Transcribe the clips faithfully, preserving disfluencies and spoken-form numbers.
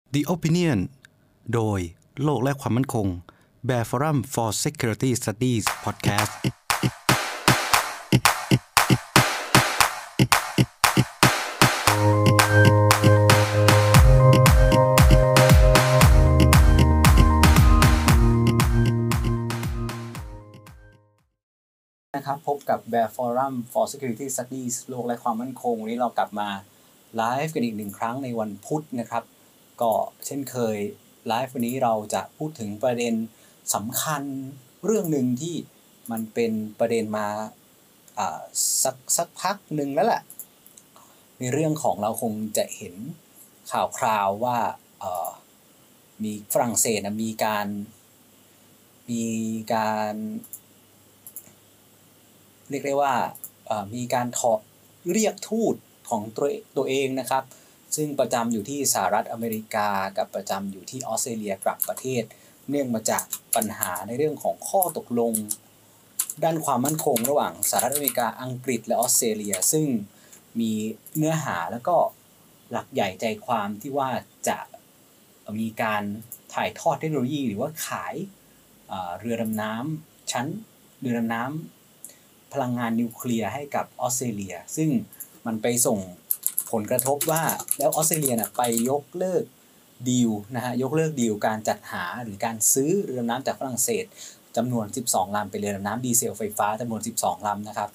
The Opinion โดยโลกและความมั่นคง Bear Forum for Security Studies Podcast นะครับพบกับ Bear Forum for Security Studies โลกและความมั่นคงวันนี้เรากลับมาไลฟ์กันอีกหนึ่งครั้งในวันพุธนะครับก็เช่นเคยไลฟ์วันนี้เราจะพูดถึงประเด็นสำคัญเรื่องหนึ่งที่มันเป็นประเด็นมาอ่าสักสักพักหนึ่งแล้วแหละในเรื่องของเราคงจะเห็นข่าวคราวว่าเอ่อมีฝรั่งเศสนะมีการมีการเรียกได้ว่ามีการถอดเรียกทูตของตัวตัวเองนะครับซึ่งประจำอยู่ที่สหรัฐอเมริกากับประจำอยู่ที่ออสเตรเลียกลับประเทศเนื่องมาจากปัญหาในเรื่องของข้อตกลงด้านความมั่นคงระหว่างสหรัฐอเมริกาอังกฤษและออสเตรเลียซึ่งมีเนื้อหาแล้วก็หลักใหญ่ใจความที่ว่าจะมีการถ่ายทอดเทคโนโลยีหรือว่าขายเรือดำน้ำชั้นเรือดำน้ำพลังงานนิวเคลียร์ให้กับออสเตรเลียซึ่งมันไปส่งผลกระทบว่าแล้วออสเตรเลียนะไปยกเลิกดีลนะฮะยกเลิกดีลการจัดหาหรือการซื้อเรือดำน้ำจากฝรั่งเศสจำนวนสิบสองลำเป็นเรือดำน้ำดีเซลไฟฟ้าจำนวนสิบสองลำนะครับ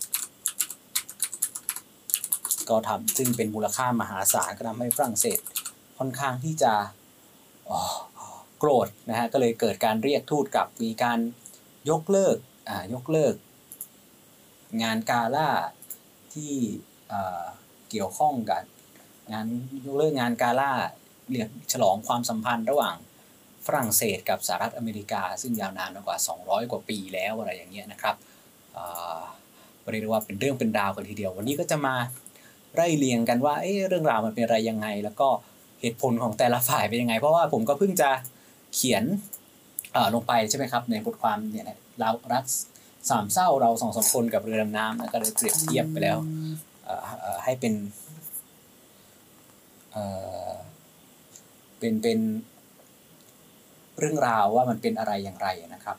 ก็ทำซึ่งเป็นมูลค่ามหาศาลก็ทำให้ฝรั่งเศสค่อนข้างที่จะโกรธนะฮะก็เลยเกิดการเรียกทูตกลับมีการยกเลิกอ่ายกเลิกงานกาล่าที่เกี่ยวข้องกับงานยกเลิกงานกาล่าเรียกฉลองความสัมพันธ์ระหว่างฝรั่งเศสกับสหรัฐอเมริกาซึ่งยาวนานมากกว่าสองร้อยกว่าปีแล้วอะไรอย่างเงี้ยนะครับเรียกได้ว่าเป็นเรื่องเป็นราวกันทีเดียววันนี้ก็จะมาไล่เรียงกันว่าเอ๊ะเรื่องราวมันเป็นอะไรยังไงแล้วก็เหตุผลของแต่ละฝ่ายเป็นยังไงเพราะว่าผมก็เพิ่งจะเขียนลงไปใช่ไหมครับในบทความเนี่ยเรารัฐสามเศร้าเราสองสามคนกับเรือดำน้ำก็เลยเปรียบเทียบไปแล้วให้เป็นเป็นเป็นเรื่องราวว่ามันเป็นอะไรอย่างไรนะครับ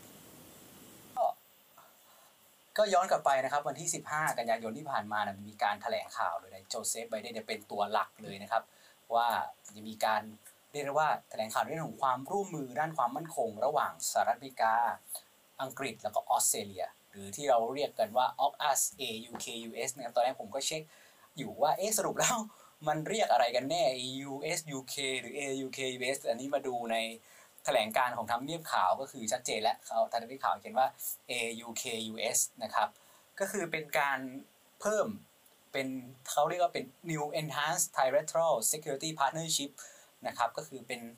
ก็ย้อนกลับไปนะครับวันที่สิบห้ากันยายนที่ผ่านมานะมีการแถลงข่าวโดยนายโจเซฟไบเดนเนี่ยเป็นตัวหลักเลยนะครับว่าจะมีการเรียกได้ว่าแถลงข่าวเรื่องของความร่วมมือด้านความมั่นคงระหว่างสหรัฐอเมริกาอังกฤษแล้วก็ออสเตรเลียหรือที่เราเรียกกันว่า ออกอัส เอ ยู เค ยู เอส นะครับตอนนี้ผมก็เช็คอยู่ว่าเอ๊ะสรุปแล้วมันเรียกอะไรกันแน่ ยู เอส ยู เค หรือ เอ ยู เค ยู เอส อันนี้มาดูในแถลงการของทำเนียบขาวก็คือชัดเจนแล้วเขาทำเนียบขาวเขียนว่า เอ ยู เค ยู เอส นะครับก็คือเป็นการเพิ่มเป็นเขาเรียกว่าเป็น New Enhanced Trilateral Security Partnership นะครับก็คือเป็น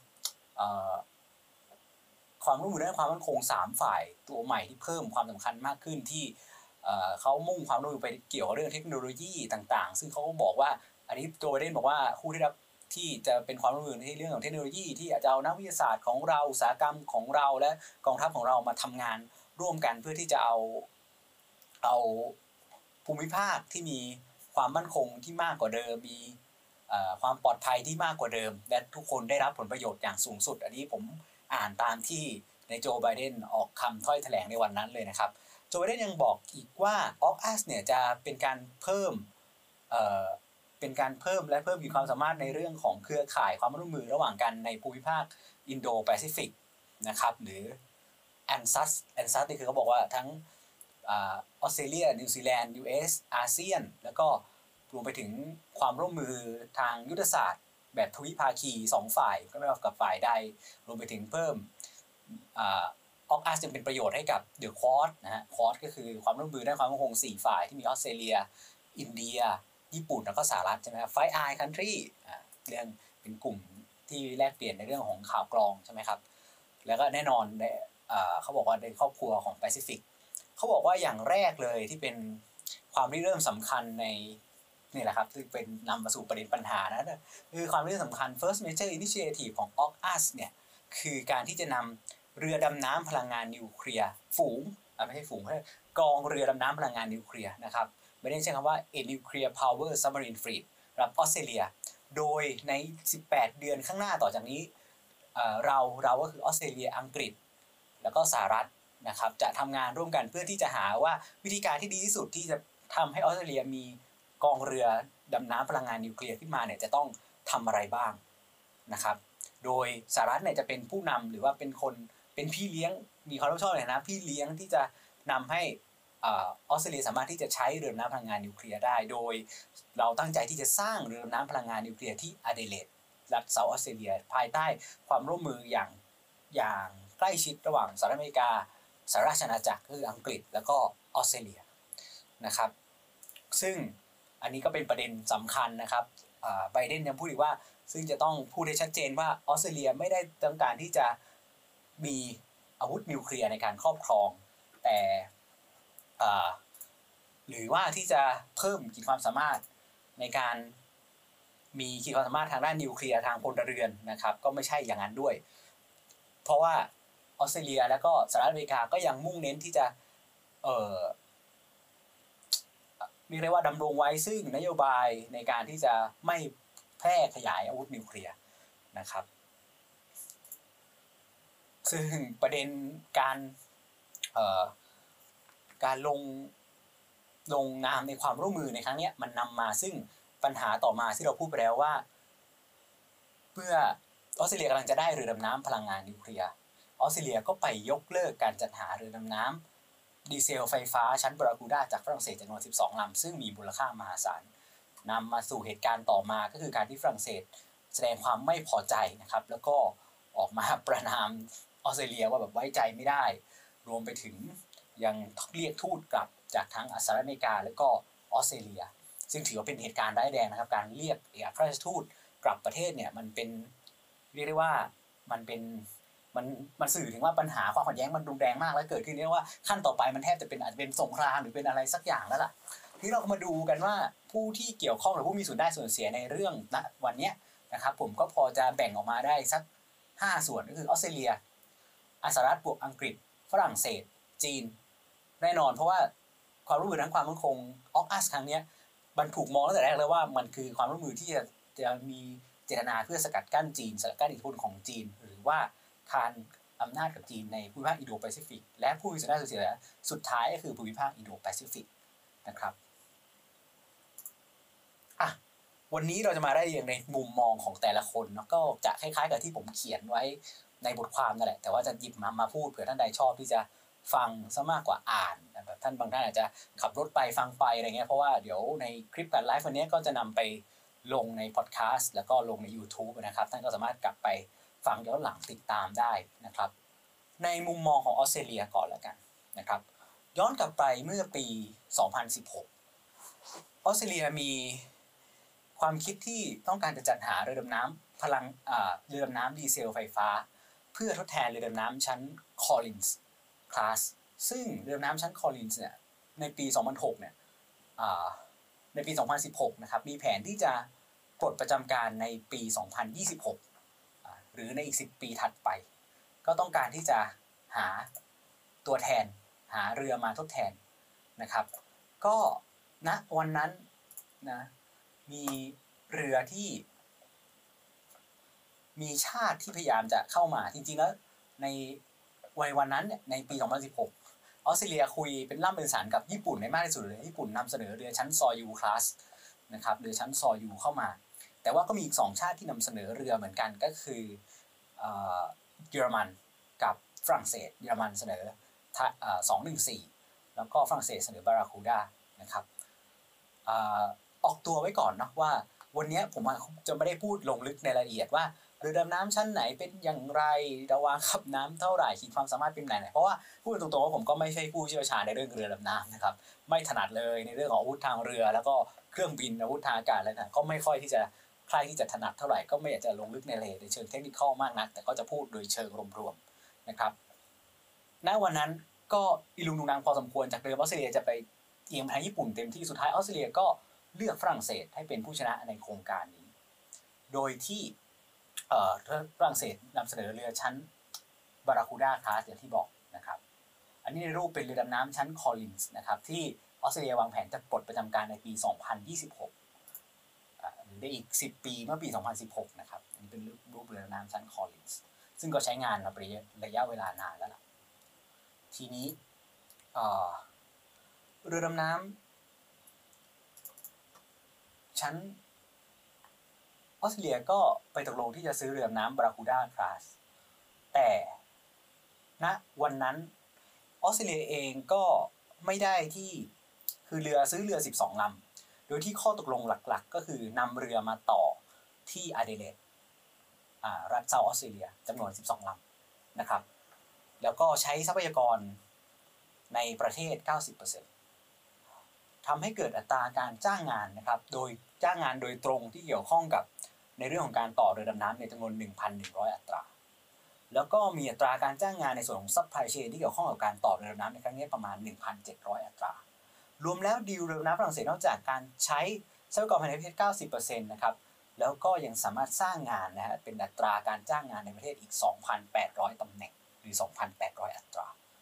ความร่วมมือด้านความมั่นคงสามฝ่ายตัวใหม่ที่เพิ่มความสำคัญมากขึ้นที่เขามุ่งความร่วมมือไปเกี่ยวกับเรื่องเทคโนโลยีต่างๆซึ่งเขาก็บอกว่าอันนี้โจไบเดนบอกว่าผู้ที่รับที่จะเป็นความร่วมมือในเรื่องของเทคโนโลยีที่อาจจะเอานักวิทยาศาสตร์ของเราอุตสาหกรรมของเราและกองทัพของเรามาทำงานร่วมกันเพื่อที่จะเอาเอาภูมิภาคที่มีความมั่นคงที่มากกว่าเดิมมีความปลอดภัยที่มากกว่าเดิมและทุกคนได้รับผลประโยชน์อย่างสูงสุดอันนี้ผมอ่านตามที่ในโจไบเดนออกคำถ้อยแถลงในวันนั้นเลยนะครับโจไบเดนยังบอกอีกว่า ออก อัส เนี่ยจะเป็นการเพิ่มเอ่อเป็นการเพิ่มและเพิ่มขีดความสามารถในเรื่องของเครือข่ายความร่วมมือระหว่างกันในภูมิภาคอินโดแปซิฟิกนะครับหรือ แอนซัส แอนซัส นี่คือเขาบอกว่าทั้งออสเตรเลียนิวซีแลนด์ ยู เอส อาเซียนแล้วก็รวมไปถึงความร่วมมือทางยุทธศาสตร์แบบทวิภาคีสองฝ่ายก็ไม่ว่ากับฝ่ายใดรวมไปถึงเพิ่มออก อัส จะเป็นประโยชน์ให้กับเดอะควอดนะฮะควอดก็คือความร่วมมือด้านความมั่นคงสี่ฝ่ายที่มีออสเตรเลียอินเดียญี่ปุ่นแล้วก็สหรัฐใช่ไหมครับไฟว์ ไอ country เรื่องเป็นกลุ่มที่แลกเปลี่ยนในเรื่องของข่าวกรองใช่ไหมครับแล้วก็แน่นอนเขาบอกว่าในครอบครัวของแปซิฟิกเขาบอกว่าอย่างแรกเลยที่เป็นความริเริ่มสำคัญในนี่แหละครับที่เป็นนำมาสู่ประเด็นปัญหานะคือความริเริ่มสำคัญ first major initiative ของ ออก อัส เนี่ยคือการที่จะนำเรือดำน้ำพลังงานนิวเคลียร์ฝูงไม่ใช่ฝูงกองเรือดำน้ำพลังงานนิวเคลียร์นะครับไม่ได้ใช้คำว่า a nuclear power submarine fleet รับออสเตรเลียโดยในสิบแปดเดือนข้างหน้าต่อจากนี้เอ่อเราเราก็คือออสเตรเลียอังกฤษแล้วก็สหรัฐนะครับจะทำงานร่วมกันเพื่อที่จะหาว่าวิธีการที่ดีที่สุดที่จะทำให้ออสเตรเลียมีกองเรือดำน้ำพลังงานนิวเคลียร์ขึ้นมาเนี่ยจะต้องทำอะไรบ้างนะครับโดยสหรัฐเนี่ยจะเป็นผู้นำหรือว่าเป็นคนเป็นพี่เลี้ยงมีความรับผิดชอบเลยนะพี่เลี้ยงที่จะนำให้ออสเตรเลียสามารถที่จะใช้เรือดำน้ำพลังงานนิวเคลียร์ได้โดยเราตั้งใจที่จะสร้างเรือดำน้ำพลังงานนิวเคลียร์ที่อเดเลดรัฐเซาท์ออสเตรเลียภายใต้ความร่วมมืออย่างอย่างใกล้ชิดระหว่างสหรัฐอเมริกาสหราชอาณาจักรคืออังกฤษแล้วก็ออสเตรเลียนะครับซึ่งอันนี้ก็เป็นประเด็นสำคัญนะครับไบเดนยังพูดอีกว่าซึ่งจะต้องพูดให้ชัดเจนว่าออสเตรเลียไม่ได้ต้องการที่จะมีอาวุธนิวเคลียร์ในการครอบครองแต่หรือว่าที่จะเพิ่มขีดความสามารถในการมีขีดความสามารถทางด้านนิวเคลียร์ทางพลเรือนนะครับก็ไม่ใช่อย่างนั้นด้วยเพราะว่าออสเตรเลียและก็สหรัฐอเมริกาก็ยังมุ่งเน้นที่จะเอ่อเรียกได้ว่าดำรงไว้ซึ่งนโยบายในการที่จะไม่แพร่ขยายอาวุธนิวเคลียร์นะครับซึ่งประเด็นการเอ่อการลงลงนามในความร่วมมือในครั้งนี้มันนำมาซึ่งปัญหาต่อมาที่เราพูดไปแล้วว่าเพื่อออสเตรเลียกำลังจะได้เรือดำน้ำพลังงานนิวเคลียร์ออสเตรเลียก็ไปยกเลิกการจัดหาเรือดำน้ำดีเซลไฟฟ้าชั้นบาราคูด้าจากฝรั่งเศสจำนวนสิบสองลำซึ่งมีมูลค่ามหาศาลนำมาสู่เหตุการณ์ต่อมาก็คือการที่ฝรั่งเศสแสดงความไม่พอใจนะครับแล้วก็ออกมาประณามออสเตรเลียว่าแบบไว้ใจไม่ได้รวมไปถึงยังเรียกทูตกลับจากทั้งสหรัฐอเมริกาและก็ออสเตรเลียซึ่งถือว่าเป็นเหตุการณ์ร้ายแรงนะครับการเรียกเอกอัครราชทูตกลับประเทศเนี่ยมันเป็นเรียกได้ว่ามันเป็นมันมันสื่อถึงว่าปัญหาความขัดแย้งมันรุนแรงมากและเกิดขึ้นเรียกว่าขั้นต่อไปมันแทบจะเป็นอาจจะเป็นสงครามหรือเป็นอะไรสักอย่างแล้วล่ะที่เรามาดูกันว่าผู้ที่เกี่ยวข้องหรือผู้มีส่วนได้ส่วนเสียในเรื่องณวันนี้นะครับผมก็พอจะแบ่งออกมาได้สักห้าส่วนก็คือออสเตรเลียสหรัฐบวกอังกฤษฝรั่งเศสจีนแน่นอนเพราะว่าความร่วมมือทั้งความมั่นคงออกอัสครั้งนี้มันถูกมองตั้งแต่แรกเลยว่ามันคือความร่วมมือที่จะจะมีเจตนาเพื่อสกัดกั้นจีนสกัดกั้นอิทธิพลของจีนหรือว่าคานอำนาจกับจีนในภูมิภาคอินโดแปซิฟิกและผู้มีส่วนได้ส่วนเสียสุดท้ายก็คือภูมิภาคอินโดแปซิฟิกนะครับอ่ะวันนี้เราจะมาได้เรียงในมุมมองของแต่ละคนเนาะก็จะคล้ายๆกับที่ผมเขียนไว้ในบทความนั่นแหละแต่ว่าจะหยิบมามาพูดเผื่อท่านใดชอบที่จะฟังซะมากกว่าอ่านแบบท่านบางท่านอาจจะขับรถไปฟังไปอะไรเงี้ยเพราะว่าเดี๋ยวในคลิปการไลฟ์วันนี้ก็จะนำไปลงในพอดแคสต์แล้วก็ลงใน YouTube นะครับท่านก็สามารถกลับไปฟังย้อนหลังติดตามได้นะครับในมุมมองของออสเตรเลียก่อนแล้วกันนะครับย้อนกลับไปเมื่อปีสองพันสิบหกออสเตรเลียมีความคิดที่ต้องการจะจัดหาเรือดำน้ำพลังเรือดำน้ำดีเซลไฟฟ้าเพื่อทดแทนเรือดำน้ำชั้น Collins Class ซึ่งเรือดำน้ำชั้น Collins เนี่ยในปีสองพันหกเนี่ยในปีสองพันสิบหกนะครับมีแผนที่จะปลดประจำการในปีสองพันยี่สิบหกหรือในอีกสิบปีถัดไปก็ต้องการที่จะหาตัวแทนหาเรือมาทดแทนนะครับก็ณวันนั้นนะมีเรือที่มีชาติที่พยายามจะเข้ามาจริงๆแล้วในวัยวันนั้นเนี่ยในปีสองพันสิบหกออสเตรเลียคุยเป็นล่ำเป็นสันกับญี่ปุ่นในมากที่สุดเลยญี่ปุ่นนำเสนอเรือชั้นซอยูคลาสนะครับเรือชั้นซอยูเข้ามาแต่ว่าก็มีอีกสองชาติที่นำเสนอเรือเหมือนกันก็คือเยอรมันกับฝรั่งเศสเยอรมันเสนอสองหนึ่งสี่แล้วก็ฝรั่งเศสเสนอบาราคูด้านะครับออกตัวไว้ก่อนนะว่าวันนี้ผมจะไม่ได้พูดลงลึกในรายละเอียดว่าเรือดำน้ำชั้นไหนเป็นอย่างไรระวางขับน้ำเท่าไหร่ขีดความสามารถเป็นไหนไหนเพราะว่าพูดตรงๆว่าผมก็ไม่ใช่ผู้เชี่ยวชาญในเรื่องเรือดำน้ำนะครับไม่ถนัดเลยในเรื่องของอาวุธทางเรือแล้วก็เครื่องบินอาวุธทางอากาศอะไรนะก็ไม่ค่อยที่จะใครที่จะถนัดเท่าไหร่ก็ไม่อยากจะลงลึกในรายละเอียดในเชิงเทคนิคมากนักแต่ก็จะพูดโดยเชิงรวมๆนะครับณวันนั้นก็อิลุงตุงนางพอสมควรจากเดิมออสเตรเลียจะไปเอียงไปทางญี่ปุ่นเต็มที่สุดท้ายออสเตรเลียก็เลือกฝรั่งเศสให้เป็นผู้ชนะในโครงการนี้โดยที่ฝรั่งเศสนำเสนอเรือชั้นบาราคูด้าคลาสอย่างที่บอกนะครับอันนี้ในรูปเป็นเรือดำน้ำชั้นคอลลินส์นะครับที่ออสเตรเลียวางแผนจะปลดประจำการในปีสองพันยี่สิบหกหรือได้อีกสิบปีเมื่อปีสองพันสิบหกนะครับอันนี้เป็นรูปเรือดำน้ำชั้นคอลลินส์ซึ่งก็ใช้งานมาเป็นระยะเวลานานแล้วล่ะทีนี้เรือดำน้ำชั้นออสเตรเลียก็ไปตกลงที่จะซื้อเรือดำน้ำบาราคูด้าคลาสแต่ณวันนั้นออสเตรเลียเองก็ไม่ได้ที่คือเรือซื้อเรือสิบสองลำโดยที่ข้อตกลงหลักๆก็คือนำเรือมาต่อที่อเดเลดรัฐเซาท์ออสเตรเลียจำนวนสิบสองลำนะครับแล้วก็ใช้ทรัพยากรในประเทศ เก้าสิบเปอร์เซ็นต์ ทำให้เกิดอัตราการจ้างงานนะครับโดยจ้างงานโดยตรงที่เกี่ยวข้องกับในเรื่องของการต่อเรือดำน้ำในจำนวน หนึ่งพันหนึ่งร้อย อัตราแล้วก็มีอัตราการจ้างงานในส่วนของซัพพลายเชนที่เกี่ยวข้องกับการต่อเรือดำน้ำในครั้งนี้ประมาณ หนึ่งพันเจ็ดร้อย อัตรารวมแล้วดีลเรือดำน้ำฝรั่งเศสนอกจากการใช้ทรัพยากรภายในประเทศ เก้าสิบเปอร์เซ็นต์ นะครับแล้วก็ยังสามารถสร้างงานนะฮะเป็นอัตราการจ้างงานในประเทศอีก สองพันแปดร้อย ตำแหน่งหรือ สองพันแปดร้อย อัตรา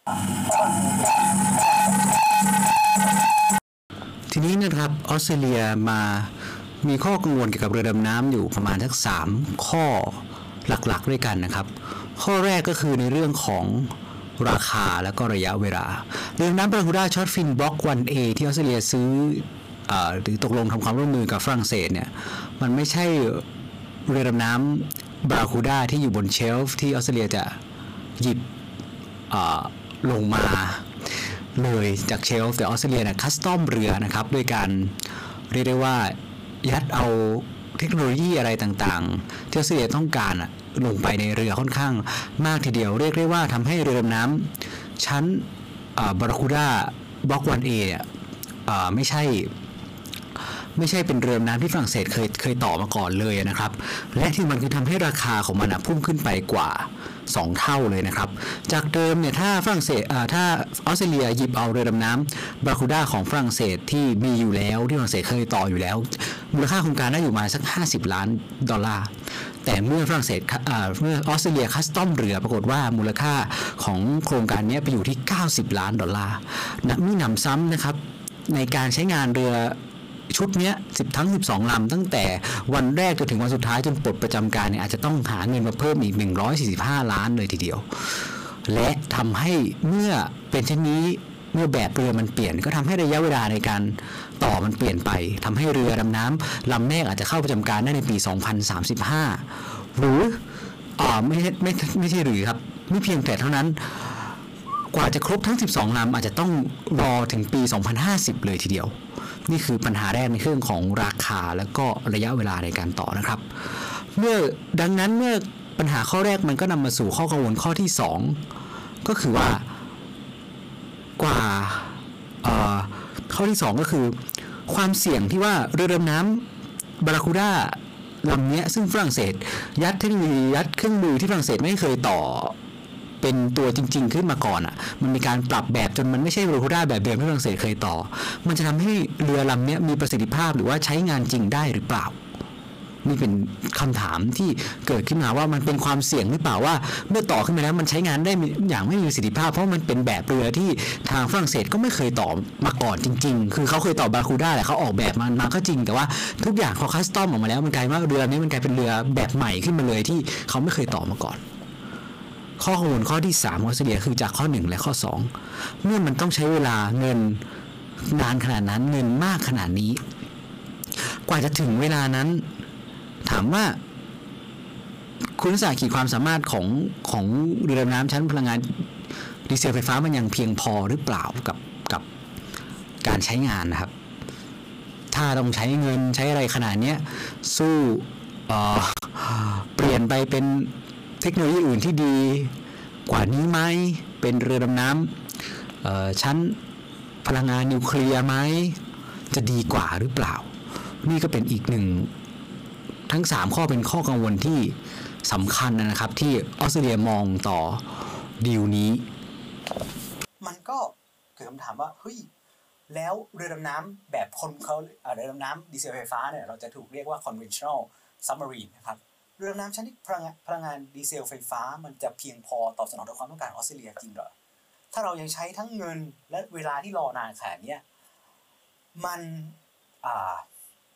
ทีนี้นะครับออสเตรเลียมามีข้อกังวลเกี่ยวกับเรือดำน้ำอยู่ประมาณทั้งสามข้อหลักๆด้วยกันนะครับข้อแรกก็คือในเรื่องของราคาและก็ระยะเวลาเรือดำน้ำบาราคูด้าช็อตฟินบล็อก วัน เอ ที่ออสเตรเลียซื้อหรือตกลงทำความร่วมมือกับฝรั่งเศสเนี่ยมันไม่ใช่เรือดำน้ำบาราคูด้าที่อยู่บนเชลฟ์ที่ออสเตรเลียจะหยิบลงมาเลยจากเชลฟ์แต่ออสเตรเลียเนี่ยคัสตอมเรือนะครับด้วยการเรียกได้ว่ายัดเอาเทคโนโลยีอะไรต่างๆที่ออสเตรเลียต้องการลงไปในเรือค่อนข้างมากทีเดียวเรียกได้ว่าทำให้เรือดำน้ำชั้นบาราคูด้าบล็อก วัน เอ เนี่ยไม่ใช่ไม่ใช่เป็นเรือดำน้ำที่ฝรั่งเศสเคยเคยต่อมาก่อนเลยนะครับและที่มันคือทำให้ราคาของมันพุ่งขึ้นไปกว่าสองเท่าเลยนะครับจากเดิมเนี่ยถ้าฝรั่งเศสถ้าออสเตรเลียหยิบเอาเรือดำน้ำบาราคูด้าของฝรั่งเศสที่มีอยู่แล้วที่ฝรั่งเศสเคยต่ออยู่แล้วมูลค่าโครงการได้อยู่มาสักห้าสิบล้านดอลลาร์แต่เมื่อฝรั่งเศสเมื่อออสเตรเลียคัสตอมเรือปรากฏว่ามูลค่าของโครงการนี้ไปอยู่ที่เก้าสิบล้านดอลลาร์มีหนำซ้ำนะครับในการใช้งานเรือชุดนี้สิบทั้งสิบสองลำตั้งแต่วันแรกจนถึงวันสุดท้ายจนปลดประจำการเนี่ยอาจจะต้องหาเงินมาเพิ่มอีกหนึ่งร้อยสี่สิบห้าล้านเลยทีเดียวและทำให้เมื่อเป็นเช่นนี้เมื่อแบบเรือมันเปลี่ยนก็ทำให้ระยะเวลาในการต่อมันเปลี่ยนไปทำให้เรือดำน้ำลำแรกอาจจะเข้าประจำการได้ในปีสองพันสามสิบห้าหรืออ่าไม่ไม่ไม่ใช่หรือครับไม่เพียงแต่เท่านั้นกว่าจะครบทั้งสิบสองลำอาจจะต้องรอถึงปีสองพันห้าสิบเลยทีเดียวนี่คือปัญหาแรกในเรื่องของราคาและก็ระยะเวลาในการต่อนะครับเมื่อดังนั้นเมื่อปัญหาข้อแรกมันก็นำมาสู่ข้อกังวลข้อที่สองก็คือว่ากว่าข้อที่สองก็คือความเสี่ยงที่ว่าเรือดำน้ำบาราคูด้าลำนี้ซึ่งฝรั่งเศสยัดเทคโนโลยียัดเครื่องมือที่ฝรั่งเศสไม่เคยต่อเป็นตัวจริงๆขึ้นมาก่อนอ่ะมันมีการปรับแบบจนมันไม่ใช่บาราคูด้าแบบเดิมที่ฝรั่งเศสเคยต่อมันจะทำให้เรือลำนี้มีประสิทธิภาพหรือว่าใช้งานจริงได้หรือเปล่านี่เป็นคำถามที่เกิดขึ้นมาว่ามันเป็นความเสี่ยงหรือเปล่าว่าเมื่อต่อขึ้นมาแล้วมันใช้งานได้อย่างไม่มีประสิทธิภาพเพราะมันเป็นแบบเรือที่ทางฝรั่งเศสก็ไม่เคยต่อมาก่อนจริงๆคือเขาเคยต่อบาราคูด้าแหละเขาออกแบบมันมาก็จริงแต่ว่าทุกอย่างพอคัสตอมออกมาแล้วมันกลายว่าเรือนี้มันกลายเป็นเรือแบบใหม่ขึ้นมาเลยที่เขาไม่เคยต่อมาก่อนข้อกังวลข้อที่สามของออสเตรเลียคือจากข้อหนึ่งและข้อสองเมื่อมันต้องใช้เวลาเงินนานขนาดนั้นเงินมากขนาดนี้กว่าจะถึงเวลานั้นถามว่าคุณสาขีดความสามารถของของเรือดำน้ำชั้นพลังงานดีเซลไฟฟ้ามันยังเพียงพอหรือเปล่ากับกับการใช้งานนะครับถ้าต้องใช้เงินใช้อะไรขนาดนี้สู้เอ่อเปลี่ยนไปเป็นเทคโนโลยีอื่นที่ดีกว่านี้ไหมเป็นเรือดำน้ำเอ่อชั้นพลังงานนิวเคลียร์ไหมจะดีกว่าหรือเปล่านี่ก็เป็นอีกหนึ่งทั้งสามข้อเป็นข้อกังวลที่สำคัญนะครับที่ออสเตรเลียมองต่อดีลนี้มันก็เกิดคำถามว่าเฮ้ยแล้วเรือดำน้ำแบบคนเขาเรือดำน้ำดีเซลไฟฟ้าเนี่ยเราจะถูกเรียกว่า conventional submarine นะครับเรือดำน้ำชนิดพลังงานพลังงานดีเซลไฟฟ้ามันจะเพียงพอตอบสนองต่อความต้องการออสเตรเลียจริงเหรอถ้าเรายังใช้ทั้งเงินและเวลาที่รอนานขนาดนี้มันอ่า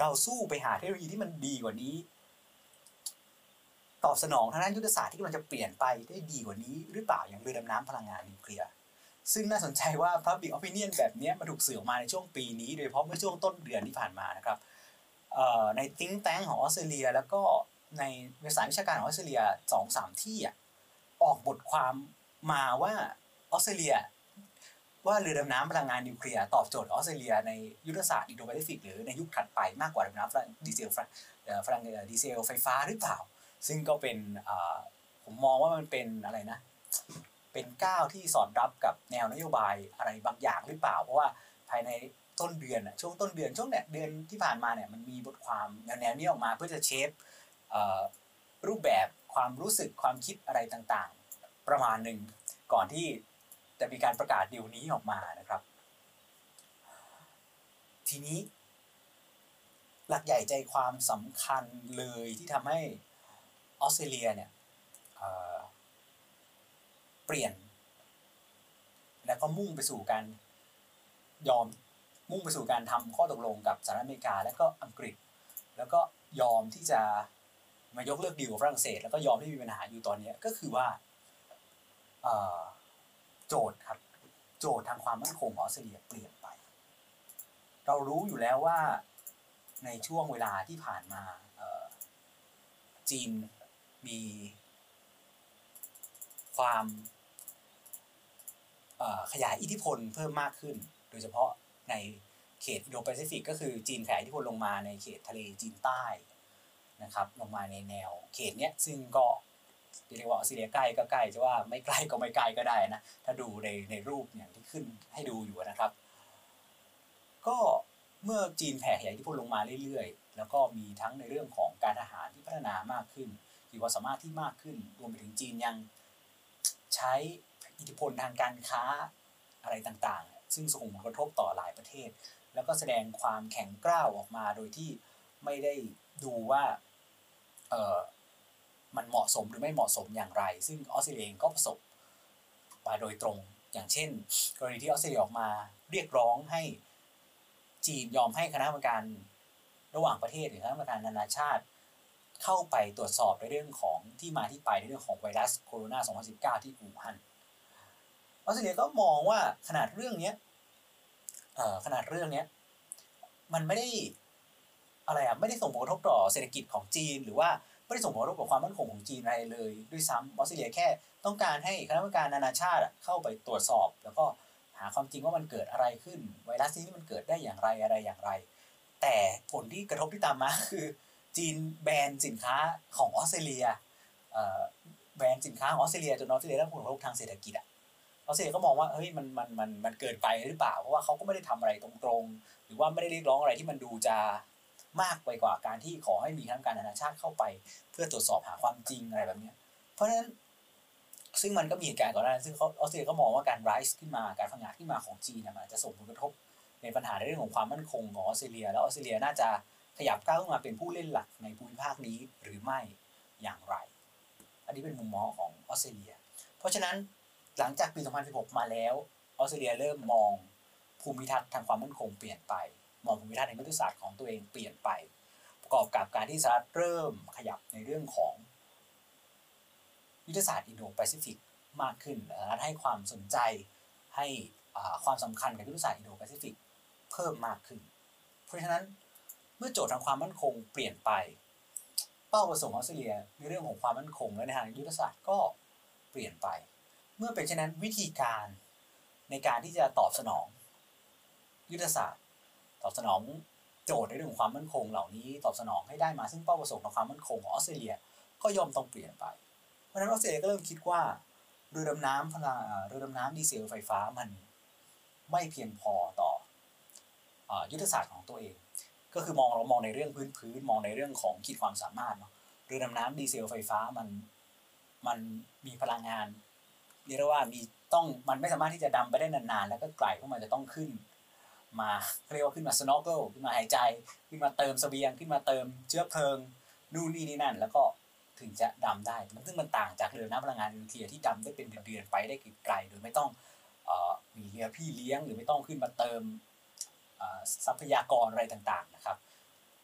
เราสู้ไปหาเทคโนโลยีที่มันดีกว่านี้ตอบสนองทางด้านยุทธศาสตร์ที่มันจะเปลี่ยนไปได้ดีกว่านี้หรือเปล่าอย่างเรือดำน้ำพลังงานนิวเคลียร์ซึ่งน่าสนใจว่า Public Opinion แบบนี้มันถูกสื่อออกมาในช่วงปีนี้โดยเฉพาะเมื่อช่วงต้นเดือนที่ผ่านมานะครับใน Think Tank ของออสเตรเลียแล้วก็ในเว็บไซต์วิชาการของออสเตรเลีย สองถึงสาม ที่ออกบทความมาว่าออสเตรเลียว่าเรือดำน้ำพลังงานนิวเคลียร์ตอบโจทย์ออสเตรเลียในยุทธศาสตร์อินโดแปซิฟิกหรือในยุคถัดไปมากกว่าเรือดำน้ำดีเซลพลังดีเซลไฟฟ้าหรือเปล่าซึ่งก็เป็นผมมองว่ามันเป็นอะไรนะเป็นก้าวที่สอดรับกับแนวนโยบายอะไรบางอย่างหรือเปล่าเพราะว่าภายในต้นเดือนช่วงต้นเดือนช่วงเนี้ยเดือนที่ผ่านมาเนี่ยมันมีบทความแนวๆนี้ออกมาเพื่อจะเชฟรูปแบบความรู้สึกความคิดอะไรต่างๆประมาณหนึ่งก่อนที่จะมีการประกาศดีลนี้ออกมานะครับทีนี้หลักใหญ่ใจความสำคัญเลยที่ทำให้ออสเตรเลียเนี่ย เอ่อ เปลี่ยนแล้วก็มุ่งไปสู่การยอมมุ่งไปสู่การทำข้อตกลงกับสหรัฐอเมริกาและก็อังกฤษแล้วก็ยอมที่จะมายกเลิกดีลกับฝรั่งเศสแล้วก็ยอมที่มีปัญหาอยู่ตอนนี้ก็คือว่าโจทย์ครับโจทย์ทางความมั่นคงของออสเตรเลียเปลี่ยนไปเรารู้อยู่แล้วว่าในช่วงเวลาที่ผ่านมาจีนมีความขยายอิทธิพลเพิ่มมากขึ้นโดยเฉพาะในเขตอินโดแปซิฟิกก็คือจีนขยายอิทธิพลลงมาในเขตทะเลจีนใต้นะครับลงมาในแนวเขตเนี้ยซึ่งก็เรียกว่าออสเตรเลียใกล้ก็ใกล้จะว่าไม่ใกล้ก็ไม่ใกล้ก็ได้นะถ้าดูในในรูปอย่างที่ขึ้นให้ดูอยู่นะครับก็เมื่อจีนแผ่ขยายอิทธิพลลงมาเรื่อยๆแล้วก็มีทั้งในเรื่องของการทหารที่พัฒนามากขึ้นขีดความสามารถที่มากขึ้นรวมไปถึงจีนยังใช้อิทธิพลทางการค้าอะไรต่างๆซึ่งส่งผลกระทบต่อหลายประเทศแล้วก็แสดงความแข็งกร้าวออกมาโดยที่ไม่ได้ดูว่าเอ่อมันเหมาะสมหรือไม่เหมาะสมอย่างไรซึ่งออสเตรเลียก็ประสบมาโดยตรงอย่างเช่นกรณีที่ออสเตรเลียออกมาเรียกร้องให้จีนยอมให้คณะกรรมการระหว่างประเทศหรือคณะกรรมการนานาชาติเข้าไปตรวจสอบในเรื่องของที่มาที่ไปในเรื่องของไวรัสโคโรนาสองพันสิบเก้าที่อู่ฮั่นออสเตรเลียก็มองว่าขนาดเรื่องนี้เอ่อขนาดเรื่องนี้มันไม่ได้อะไรอ่ะไม่ได้ส่งผลกระทบต่อเศรษฐกิจของจีนหรือว่าไม่ได้ส่งผลกระทบกับความมั่นคงของจีนอะไรเลยด้วยซ้ำออสเตรเลียแค่ต้องการให้คณะกรรมการนานาชาติเข้าไปตรวจสอบแล้วก็หาความจริงว่ามันเกิดอะไรขึ้นไวรัสนี้มันเกิดได้อย่างไรอะไรอย่างไรแต่ผลที่กระทบที่ตามมาคือจีนแบนสินค้าของออสเตรเลียแบนสินค้าของออสเตรเลียจนออสเตรเลียได้ผลกระทบทางเศรษฐกิจอ่ะออสเตรเลียก็มองว่าเฮ้ยมันมันมันมันเกินไปหรือเปล่าเพราะว่าเขาก็ไม่ได้ทำอะไรตรงๆหรือว่าไม่ได้เรียกร้องอะไรที่มันดูจะมากไปกว่าการที่ขอให้มีคณะกรรมการนานาชาติเข้าไปเพื่อตรวจสอบหาความจริงอะไรแบบนี้เพราะฉะนั้นซึ่งมันก็มีเหตุการณ์ก่อนหน้านั้นซึ่งออสเตรเลียก็มองว่าการ rise ขึ้นมาการพังงาดขึ้นมาของจีนมันจะส่งผลกระทบในปัญหาในเรื่องของความมั่นคงของออสเตรเลียแล้วออสเตรเลียน่าจะขยับก้าวขึ้นมาเป็นผู้เล่นหลักในภูมิภาคนี้หรือไม่อย่างไรอันนี้เป็นมุมมองของออสเตรเลียเพราะฉะนั้นหลังจากปีสองพันสิบหกมาแล้วออสเตรเลียเริ่มมองภูมิทัศน์ทางความมั่นคงเปลี่ยนไปมองภูมิทัศน์ทางยุทธศาสตร์ของตัวเองเปลี่ยนไปประกอบกับการที่สหรัฐเริ่มขยับในเรื่องของยุทธศาสตร์อินโดแปซิฟิกมากขึ้นและให้ความสนใจให้ความสำคัญกับยุทธศาสตร์อินโดแปซิฟิกเพิ่มมากขึ้นเพราะฉะนั้นเมื่อโจทย์ทางความมั่นคงเปลี่ยนไปเป้าประสงค์ของออสเตรเลียในเรื่องของความมั่นคงและในทางยุทธศาสตร์ก็เปลี่ยนไปเมื่อเป็นเช่นนั้นวิธีการในการที่จะตอบสนองยุทธศาสตร์ตอบสนองโจทย์ในเรื่องของความมั่นคงเหล่านี้ตอบสนองให้ได้มาซึ่งเป้าประสงค์ของความมั่นคงของออสเตรเลียก็ย่อมต้องเปลี่ยนไปเพราะฉะนั้นออสเตรเลียก็เริ่มคิดว่าเรือดำน้ำพลังเรือดำน้ำดีเซลไฟฟ้ามันไม่เพียงพอต่อยุทธศาสตร์ของตัวเองก็คือมองเรามองในเรื่องพื้นพื้นมองในเรื่องของขีดความสามารถเนาะเรือดำน้ำดีเซลไฟฟ้ามันมันมีพลังงานเรียกว่ามีต้องมันไม่สามารถที่จะดำไปได้นานๆแล้วก็ไกลเพราะมันจะต้องขึ้นมาเรียกว่าขึ้นมา snorkel ขึ้นมาหายใจขึ้นมาเติมเสบียงขึ้นมาเติมเชื้อเพลิงนู่นนี่นี่นั่นแล้วก็ถึงจะดำได้ซึ่งมันต่างจากเรือน้ำพลังงานนิวเคลียร์ที่ดำได้เป็นเดือนๆไปได้ไกลๆโดยไม่ต้องเอ่อมีเรือพี่เลี้ยงหรือไม่ต้องขึ้นมาเติมทรัพยากรอะไรต่างๆนะครับ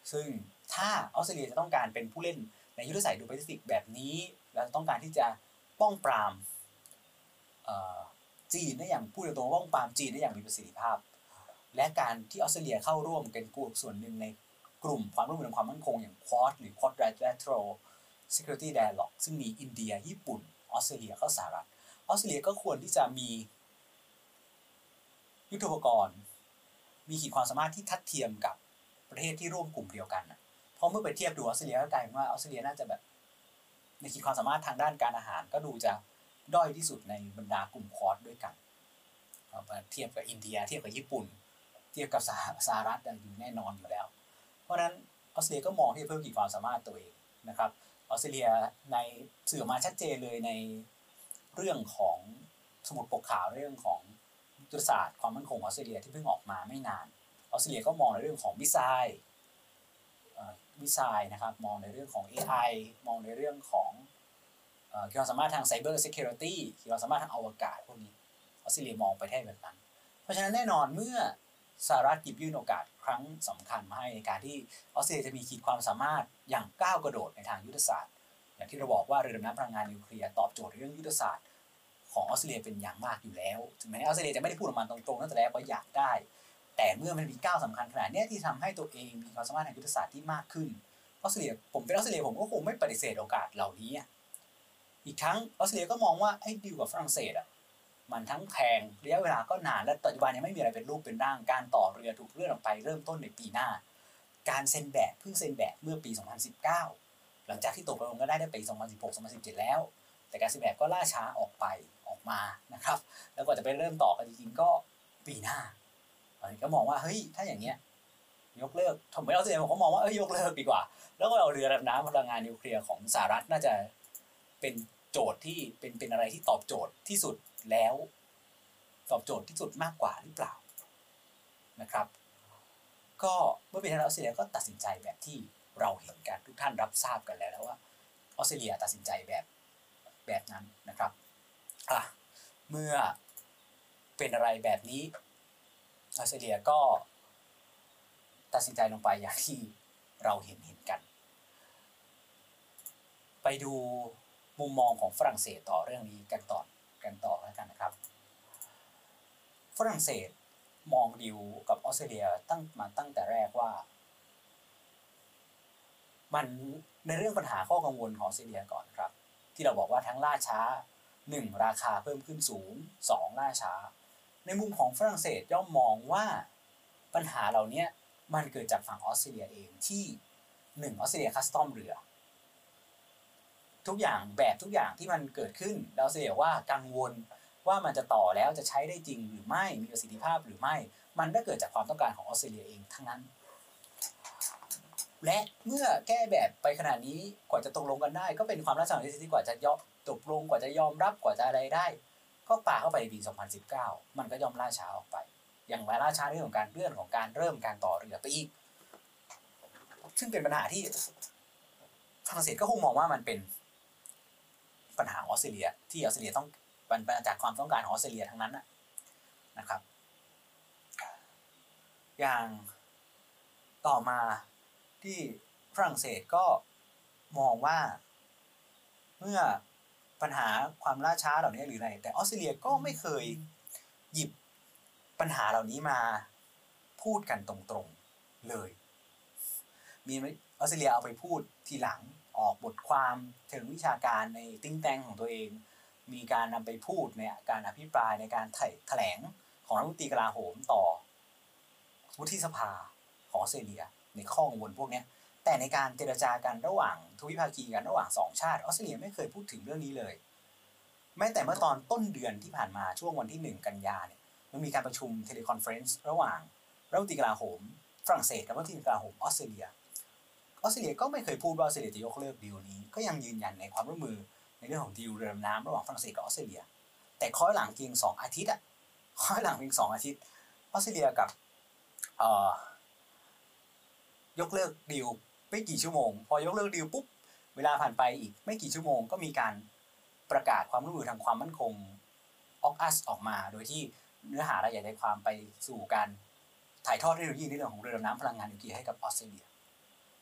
ซึ่งถ้าออสเตรเลียจะต้องการเป็นผู้เล่นในยุทธศาสตร์อินโดแปซิฟิกแบบนี้และต้องการที่จะป้องปรามจีนได้อย่างพูดตรงๆป้องปรามจีนได้อย่างมีประสิทธิภาพและการที่ออสเตรเลียเข้าร่วมเป็นกลุ่มส่วนหนึ่งในกลุ่มความร่วมมือทางความมั่นคงอย่าง Quad หรือ Quadrilateral Security Dialogue ซึ่งมีอินเดียญี่ปุ่นออสเตรเลียและสหรัฐออสเตรเลียก็ควรที่จะมียุทโธปกรณ์มีขีดความสามารถที่ทัดเทียมกับประเทศที่ร่วมกลุ่มเดียวกันนะเพราะเมื่อไปเทียบดูออสเตรเลียก็กลายเป็นว่าออสเตรเลียน่าจะแบบในขีดความสามารถทางด้านการอาหารก็ดูจะด้อยที่สุดในบรรดากลุ่มคอร์สด้วยกันเทียบกับอินเดียเทียบกับญี่ปุ่นเทียบกับสหรัฐอยู่แน่นอนอยู่แล้วเพราะฉะนั้นออสเตรเลียก็มองที่จะเพิ่มขีดความสามารถตัวเองนะครับออสเตรเลียในสื่อมาชัดเจนเลยในเรื่องของสมุดปกขาวเรื่องของยุทธศาสตร์ความมั่นคงของออสเตรเลียที่เพิ่งออกมาไม่นานออสเตรเลียก็มองในเรื่องของมิสไซล์มิสไซล์นะครับมองในเรื่องของ เอ ไอ มองในเรื่องของขีดความสามารถทาง Cyber Security ขีดความสามารถทางอวกาศพวกนี้ออสเตรเลียมองไปแทบแบบนั้นเพราะฉะนั้นแน่นอนเมื่อสหรัฐหยิบยื่นโอกาสครั้งสำคัญมาให้ในการที่ออสเตรเลียจะมีขีดความสามารถอย่างก้าวกระโดดในทางยุทธศาสตร์อย่างที่เราบอกว่าเรือดำน้ำพลังงานนิวเคลียร์ตอบโจทย์เรื่องยุทธศาสตร์ของออสเตรเลียเป็นอย่างมากอยู่แล้วถึงแม้ออสเตรเลียจะไม่ได้พูดออกมาตรงๆตั้งแต่แรกว่าอยากได้แต่เมื่อมันมีก้าวสำคัญขนาดนี้ที่ทำให้ตัวเองมีความสามารถทางยุทธศาสตร์ที่มากขึ้นออสเตรเลียผมเป็นออสเตรเลียผมก็คงไม่ปฏิเสธโอกาสเหล่านี้อีกทั้งออสเตรเลียก็มองว่าไอ้ดีลกับฝรั่งเศสอ่ะมันทั้งแพงระยะเวลาก็นานและปัจจุบันยังไม่มีอะไรเป็นรูปเป็นร่างการต่อเรือถูกเลื่อนออกไปเริ่มต้นในปีหน้าการเซ็นแบบเพิ่งเซ็นแบบเมื่อปีสองพันสิบเก้าหลังจากที่ตกลงกันได้ในปีสองพันสิบหก สองพันสิบเจ็ดแล้วแต่การเซ็นแบบก็ล่าช้าออกไปออกมานะครับแล้วก็จะไปเริ่มต่อกันจริงๆก็ปีหน้าอันนี้ก็มองว่าเฮ้ยถ้าอย่างเงี้ยยกเลิกทำไมออสเตรเลียผมก็มองว่าเอ้ยยกเลิกดีกว่าแล้วก็เอาเรือดำน้ำพลังงานนิวเคลียร์ของสหรัฐน่าจะเป็นโจทย์ที่เป็นเป็นอะไรที่ตอบโจทย์ที่สุดแล้วตอบโจทย์ที่สุดมากกว่าหรือเปล่านะครับก็เมื่อปีที่แล้วออสเตรเลียก็ตัดสินใจแบบที่เราเห็นกันทุกท่านรับทราบกันแล้วแล้วว่าออสเตรเลียตัดสินใจแบบแบบนั้นนะครับอ่ะเมื่อเป็นอะไรแบบนี้ออสเตรเลียก็ตัดสินใจลงไปอย่างที่เราเห็นเห็นกันไปดูมุมมองของฝรั่งเศสต่อเรื่องนี้กันต่อกันต่อแล้วกันนะครับฝรั่งเศสมองดีลกับออสเตรเลียตั้งมาตั้งแต่แรกว่ามันในเรื่องปัญหาข้อกังวลของออสเตรเลียก่อนครับที่เราบอกว่าทั้งล่าช้าหนึ่งราคาเพิ่มขึ้นสูงสองล่าช้าในมุมของฝรั่งเศสย่อมมองว่าปัญหาเหล่านี้มันเกิดจากฝั่งออสเตรเลียเองที่หนึ่งออสเตรเลียคัสตอมเรือทุกอย่างแบบทุกอย่างที่มันเกิดขึ้นออสเตรเลียว่ากังวลว่ามันจะต่อแล้วจะใช้ได้จริงหรือไม่มีประสิทธิภาพหรือไม่มันก็เกิดจากความต้องการของออสเตรเลียเองทั้งนั้นและเมื่อแก้แบบไปขนาดนี้กว่าจะตกลงกันได้ก็เป็นความล่าช้าที่กว่าจะยอมตกลงกว่าจะยอมรับกว่าจะอะไรได้ก็ป่าเข้าไปในปีสองพันสิบเก้ามันก็ยอมล่าช้าออกไปอย่างไรล่าช้าเรื่องของการเลื่อนของการเริ่มการต่อเรือไปอีกซึ่งเป็นปัญหาที่ฝรั่งเศสก็คงมองว่ามันเป็นปัญหาออสเตรเลียที่ออสเตรเลียต้องมันมาจากความต้องการของออสเตรเลียทั้งนั้นนะครับอย่างต่อมาที่ฝรั่งเศสก็มองว่าเมื่อปัญหาความล่าช้าเหล่านี้หรืออะไรแต่ออสเตรเลียก็ไม่เคยหยิบปัญหาเหล่านี้มาพูดกันตรงๆเลยมีออสเตรเลียเอาไปพูดทีหลังออกบทความเชิงวิชาการในติ้งแตงของตัวเองมีการนำไปพูดในการอภิปรายในการแถลงของรัฐมนตรีกลาโหมต่อวุฒิสภาของออสเตรเลียในข้อกังวลพวกนี้แต่ในการเจรจากันระหว่างทวิภาคีกันระหว่างสองชาติออสเตรเลียไม่เคยพูดถึงเรื่องนี้เลยแม้แต่เมื่อตอนต้นเดือนที่ผ่านมาช่วงวันที่หนึ่งกันยาเนี่ยมันมีการประชุมเทเลคอนเฟอเรนซ์ระหว่างรัฐมนตรีกลาโหมฝรั่งเศสกับรัฐมนตรีกลาโหมออสเตรเลียออสเตรเลียก็ไม่เคยพูดว่าออสเตรเลียจะยกเลิกดีลนี้ก็ยังยืนยันในความร่วมมือในเรื่องของดีลเรือดำน้ำระหว่างฝรั่งเศสกับออสเตรเลียแต่คอยหลังเพียงสองอาทิตย์อ่ะคอยหลังเพียงสองอาทิตย์ออสเตรเลียกับเอ่อยกเลิกดีลไม่กี่ชั่วโมงพอยกเลิกดีลปุ๊บเวลาผ่านไปอีกไม่กี่ชั่วโมงก็มีการประกาศความร่วมมือทางความมั่นคงออกอัสออกมาโดยที่เนื้อหารายละเอียดในความไปสู่การถ่ายทอดเทคโนโลยีในเรื่องของเรือดำน้ำพลังงานนิวเคลียร์ให้กับออสเตรเลีย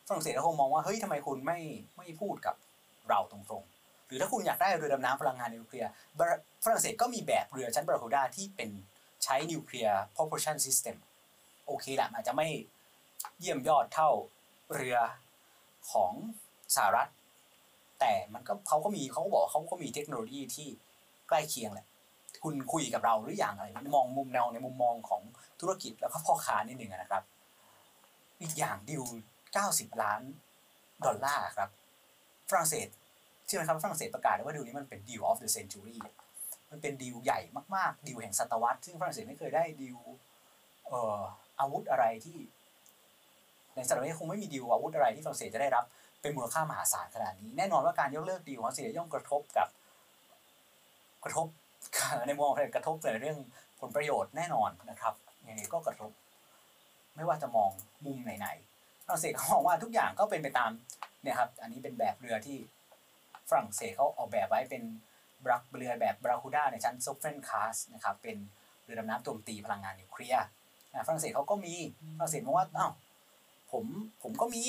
ฝรั่งเศสก็คงมองว่าเฮ้ยทำไมคุณไม่ไม่พูดกับเราตรงๆหรือถ้าคุณอยากได้เรือดำน้ำพลังงานนิวเคลียร์ฝรั่งเศสก็มีแบบเรือชั้นบาราคูด้าที่เป็นใช้นิวเคลียร์ propulsion system โอเคแหละอาจจะไม่เยี่ยมยอดเท่าเรือของสหรัฐแต่มันก็เขาก็มีเขาก็บอกเขาก็มีเทคโนโลยีที่ใกล้เคียงแหละคุณคุยกับเราหรืออย่างไรมองมุมแนวในมุมมองของธุรกิจแล้วก็พ่อค้านิดหนึ่งนะครับอีกอย่างดิวเก้าสิบล้านดอลลาร์ครับฝรั่งเศสใช่ไหมครับฝรั่งเศสประกาศว่าดิวนี้มันเป็น deal of the century มันเป็นดีลใหญ่มากๆดีลแห่งศตวรรษซึ่งฝรั่งเศสไม่เคยได้ดีลเอ่ออาวุธอะไรที่ในศตวรรษนี้คงไม่มีดีลอาวุธอะไรที่ฝรั่งเศสจะได้รับเป็นมูลค่ามหาศาลขนาดนี้แน่นอนว่าการยกเลิกดีลของฝรั่งเศสย่อมกระทบกับกระทบในมุมมองกระทบในเรื่องผลประโยชน์แน่นอนนะครับยังไงก็กระทบไม่ว่าจะมองมุมไหนๆฝรั่งเศสเขามองว่าทุกอย่างก็เป็นไปตามเนี่ยครับอันนี้เป็นแบบเรือที่ฝรั่งเศสเขาออกแบบไว้เป็นบรักเรือแบบบราคูด้าในชั้นซัฟเฟนคลาสนะครับเป็นเรือดำน้ำโจมตีพลังงานนิวเคลียร์ฝรั่งเศสเขาก็มีฝรั่งเศสมองว่าอ้าวผมผมก็มี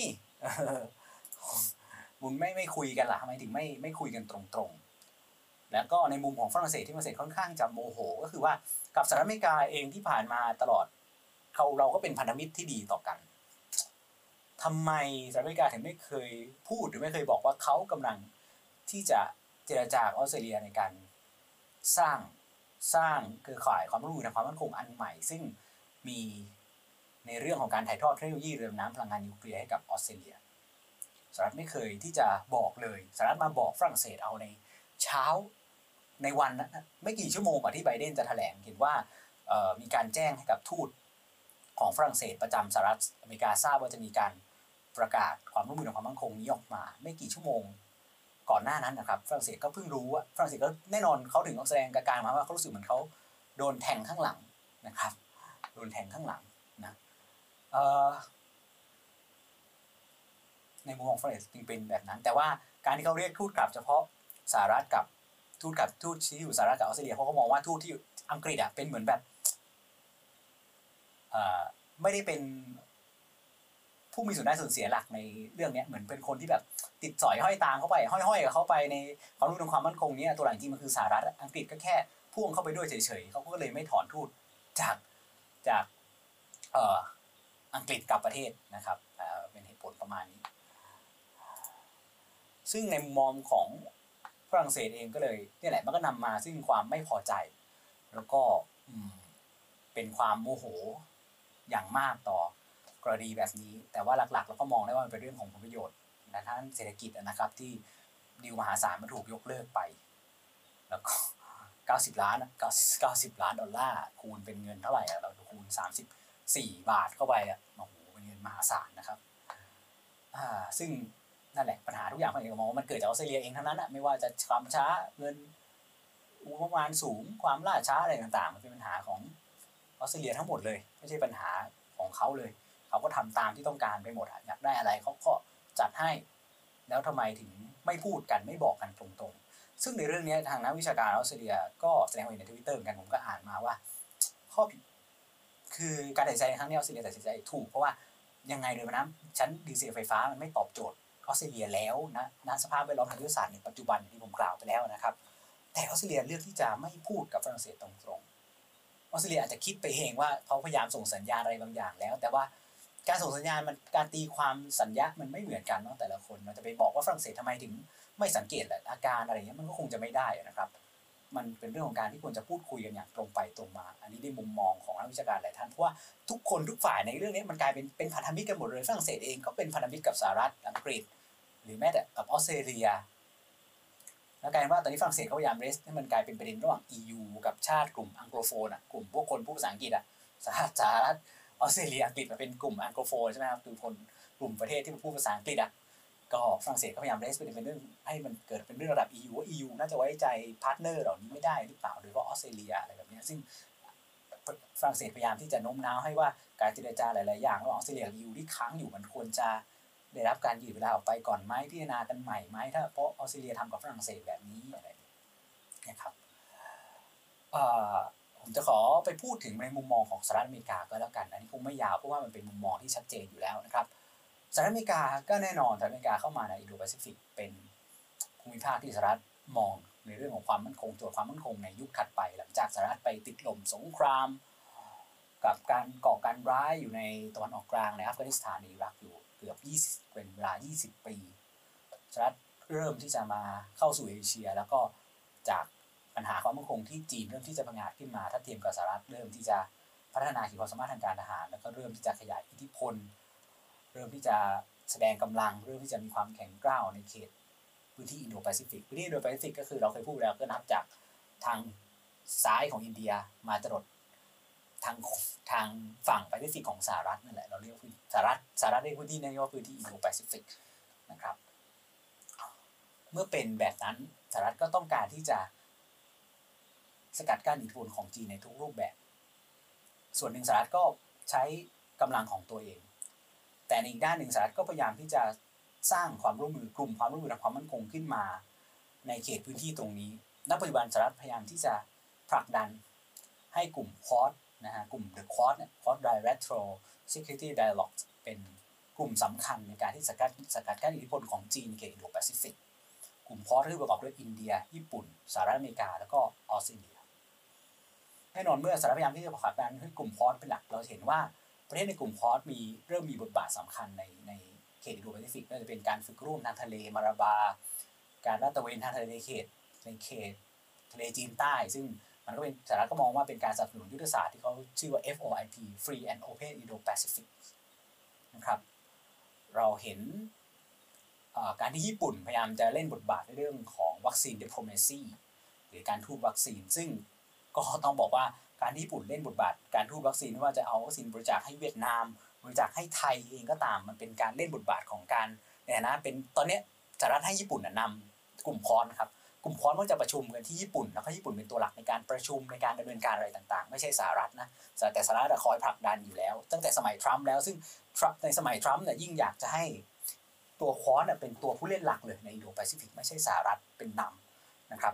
คุณไม่ไม่คุยกันล่ะทำไมถึงไม่ไม่คุยกันตรงๆแล้วก็ในมุมของฝรั่งเศสที่ฝรั่งเศสค่อนข้างจะโมโหก็คือว่ากับสหรัฐอเมริกาเองที่ผ่านมาตลอดเขาเราก็เป็นพันธมิตรที่ดีต่อกันทำไมสหรัฐอเมริกาถึงไม่เคยพูดหรือไม่เคยบอกว่าเขากำลังที่จะเจรจาออสเตรเลียในการสร้างสร้างเครือข่ายความร่วมมือทางความมั่นคงอันใหม่ซึ่งมีในเรื่องของการถ่ายทอดเทคโนโลยีเรือดำน้ำพลังงานนิวเคลียร์ให้กับออสเตรเลียสหรัฐไม่เคยที่จะบอกเลยสหรัฐมาบอกฝรั่งเศสเอาในเช้าในวันนั้นไม่กี่ชั่วโมงก่อนที่ไบเดนจะแถลงเห็นว่ามีการแจ้งให้กับทูตของฝรั่งเศสประจำสหรัฐอเมริกาทราบว่าจะมีการประกาศความร่วมมือทางความมั่นคงนี้ออกมาไม่กี่ชั่วโมงก่อนหน้านั้นนะครับฝรั่งเศสก็เพิ่งรู้ว่าฝรั่งเศสก็แน่นอนเขาถึงแสดงการมาว่าเขารู้สึกเหมือนเขาโดนแทงข้างหลังนะครับโดนแทงข้างหลังนะในมุมของฝรั่งเศสจึงเป็นแบบนั้นแต่ว่าการที่เขาเรียกทูตกลับเฉพาะสหรัฐกับทูตกับทูตที่อยู่สหรัฐกับออสเตรเลียเขาก็มองว่าทูตที่อังกฤษอ่ะเป็นเหมือนแบบไม่ได้เป็นผู้มีส่วนได้ส่วนเสียหลักในเรื่องนี้เหมือนเป็นคนที่แบบติดสอยห้อยตามเข้าไปห้อยๆกับเข้าไปในความรู้ทางความมั่นคงนี้ตัวหลักจริงมันคือสหรัฐอังกฤษก็แค่พ่วงเข้าไปด้วยเฉยๆเขาก็เลยไม่ถอนทูตจากจากเอ่ออังกฤษกลับประเทศนะครับเป็นเหตุผลประมาณนี้ซึ่งในมุมมองของฝรั่งเศสเองก็เลยนี่แหละมันก็นำมาซึ่งความไม่พอใจแล้วก็เป็นความโมโหอย่างมากต่อกรณีแบบนี้แต่ว่าหลักๆเราก็มองได้ว่ามันเป็นเรื่องของผลประโยชน์ในทางเศรษฐกิจนะครับที่ดีลมหาศาลมันถูกยกเลิกไปแล้วก็เก้าสิบล้านเก้าสิบล้านดอลลาร์คูณเป็นเงินเท่าไหร่อ่ะเราคูณสามสิบสี่บาทเข้าไปอ่ะโอ้โหเป็นเงินมหาศาลนะครับอ่าซึ่งนั่นแหละปัญหาทุกอย่างผมมองว่ามันเกิดจากออสเตรเลียเองทั้งนั้นอ่ะไม่ว่าจะความช้าเงินอุปมาณสูงความล่าช้าอะไรต่างๆมันเป็นปัญหาของออสเตรเลียทั้งหมดเลยไม่ใช่ปัญหาของเขาเลยเขาก็ทำตามที่ต้องการไปหมดอยากได้อะไรเขาก็จัดให้แล้วทำไมถึงไม่พูดกันไม่บอกกันตรงๆซึ่งในเรื่องนี้ทางนักวิชาการออสเตรเลียก็แสดงความเห็นใน Twitter เหมือนกันผมก็อ่านมาว่าข้อผิดคือการตัดสินใจครั้งนี้ออสเตรเลียตัดสินใจถูกเพราะว่ายังไงเรือดำน้ำชั้นดีเซลไฟฟ้ามันไม่ตอบโจทย์ออสเตรเลียแล้วนะณสภาพแวดล้อมทางยุทธศาสตร์ในปัจจุบันที่ผมกล่าวไปแล้วนะครับแต่ออสเตรเลียเลือกที่จะไม่พูดกับฝรั่งเศสตรงๆออสเตรเลียอาจจะคิดไปเองว่าเขาพยายามส่งสัญญาณอะไรบางอย่างแล้วแต่ว่าการส่งสัญญาณมันการตีความสัญญามันไม่เหมือนกันเนาะแต่ละคนเราจะไปบอกว่าฝรั่งเศสทำไมถึงไม่สังเกตแหละอาการอะไรเงี้ยมันก็คงจะไม่ได้นะครับมันเป็นเรื่องของการที่ควรจะพูดคุยกันอย่างตรงไปตรงมาอันนี้ในมุมมองของนักวิชาการหลายท่านเพราะว่าทุกคนทุกฝ่ายในเรื่องนี้มันกลายเป็นเป็นพันธมิตรกันหมดเลยฝรั่งเศสเองก็เป็นพันธมิตรกับสหรัฐอังกฤษหรือแม้แต่กับออสเตรเลียแล้วกลายเป็นว่าตอนนี้ฝรั่งเศสเขาพยายามเรสให้มันกลายเป็นประเด็นระหว่าง อี ยู กับชาติกลุ่มอังโกลโฟนอ่ะกลุ่มพวกคนพูดภาษาอังกฤษอ่ะสหรัฐออสเตรเลียอังกฤษมาเป็นกลุ่มอังโกลโฟนใช่ไหมครับคือคนกลุ่มประเทศที่พูดภาษาอังกฤษอ่ะก็ฝรั่งเศสก็พยายามเรสเป็นเรื่องให้มันเกิดเป็นเรื่องระดับ อี ยู ว่า อี ยู น่าจะไว้ใจพาร์ทเนอร์เหล่านี้ไม่ได้หรือเปล่าโดยเฉพาะออสเตรเลียอะไรแบบนี้ซึ่งฝรั่งเศสพยายามที่จะโน้มน้าวให้ว่าการเจรจาหลายๆอย่างระหว่างออสเตรเลียกับ อี ยู ที่ค้างอยู่มันควรจะได้รับการยืดเวลาออกไปก่อนไหมพิจารณากันใหม่ไหมถ้าเพราะออสเตรเลียทำกับฝรั่งเศสแบบนี้อะไรนะครับผมจะขอไปพูดถึงในมุมมองของสหรัฐอเมริกาก็แล้วกันอันนี้คงไม่ยาวเพราะว่ามันเป็นมุมมองที่ชัดเจนอยู่แล้วนะครับสหรัฐอเมริกาก็แน่นอนสหรัฐอเมริกาเข้ามาในอินโดแปซิฟิกเป็นภูมิภาคที่สหรัฐมองในเรื่องของความมั่นคงโจทย์ความมั่นคงในยุคถัดไปหลังจากสหรัฐไปติดลมสงครามกับการก่อการร้ายอยู่ในตะวันออกกลางในอัฟกานิสถานในอิรักอยู่เกือบยี่สิบเป็นเวลายี่สิบปีสหรัฐเริ่มที่จะมาเข้าสู่เอเชียแล้วก็จากปัญหาความมั่นคงที่จีนเริ่มที่จะพังอาจขึ้นมาถ้าเทียมกับสหรัฐเริ่มที่จะพัฒนาขีดความสามารถทางการทหารแล้วก็เริ่มที่จะขยายอิทธิพลเริ่มที่จะแสดงกำลังเริ่มที่จะมีความแข็งกร้าวในเขตพื้นที่อินโดแปซิฟิกพื้นที่อินโดแปซิฟิกก็คือเราเคยพูดแล้วก็นับจากทางซ้ายของอินเดียมาจรดทางทางฝั่งแปซิฟิกของสหรัฐนั่นแหละเราเรียกสหรัฐสหรัฐเรียกพื้นที่นี้ว่าพื้นที่อินโดแปซิฟิกนะครับเมื่อเป็นแบบนั้นสหรัฐก็ต้องการที่จะสกัดกั้นอิทธิพลของจีนในทุกรูปแบบส่วนหนึ่งสหรัฐก็ใช้กำลังของตัวเองแต่ในอีกด้านหนึ่งสหรัฐก็พยายามที่จะสร้างความร่วมมือกลุ่มความร่วมมือทางความมั่นคงขึ้นมาในเขตพื้นที่ตรงนี้ณปัจจุบันสหรัฐพยายามที่จะผลักดันให้กลุ่ม ควอด นะฮะกลุ่ม The ควอด เนี่ย Quadrilateral Security Dialogue เป็นกลุ่มสำคัญในการที่สกัดสกัดกั้นอิทธิพลของจีนในเขตอินโดแปซิฟิกกลุ่ม ควอด ที่ประกอบด้วยอินเดียญี่ปุ่นสหรัฐอเมริกาแล้วก็ออสเตรเลียแน่นอนเมื่อสหรัฐพยายามที่จะผลักดันให้กลุ่ม ควอด เป็นหลักเราเห็นว่าประเทศในกลุ่ม ควอด มีเริ่มมีบทบาทสำคัญในในเขตอินโดแปซิฟิกไม่ว่าจะเป็นการฝึกร่วมทางทะเลมาราบาการลาดตระเวนทางทะเลในเขตในเขตทะเลจีนใต้ซึ่งมันก็เป็นสหรัฐก็มองว่าเป็นการสนับสนุนยุทธศาสตร์ที่เขาชื่อว่า เอฟ โอ ไอ พี Free and Open Indo-Pacific นะครับเราเห็นการที่ญี่ปุ่นพยายามจะเล่นบทบาทในเรื่องของวัคซีน diplomacy หรือการทูตวัคซีนซึ่งก็ต้องบอกว่าการที่ญี่ปุ่นเล่นบทบาทการทูตวัคซีนไม่ว่าจะเอาวัคซีนบริจาคให้เวียดนามบริจาคให้ไทยเองก็ตามมันเป็นการเล่นบทบาทของการในฐานะเป็นตอนนี้สหรัฐให้ญี่ปุ่นนำกลุ่ม ควอด นะครับกลุ่ม ควอด ก็จะประชุมกันที่ญี่ปุ่นแล้วก็ญี่ปุ่นเป็นตัวหลักในการประชุมในการดำเนินการอะไรต่างๆไม่ใช่สหรัฐนะแต่สหรัฐคอยผลักดันอยู่แล้วตั้งแต่สมัยทรัมป์แล้วซึ่งในสมัยทรัมป์เนี่ยยิ่งอยากจะให้ตัว ควอด เป็นตัวผู้เล่นหลักเลยในอินโดแปซิฟิกไม่ใช่สหรัฐเป็นนำนะครับ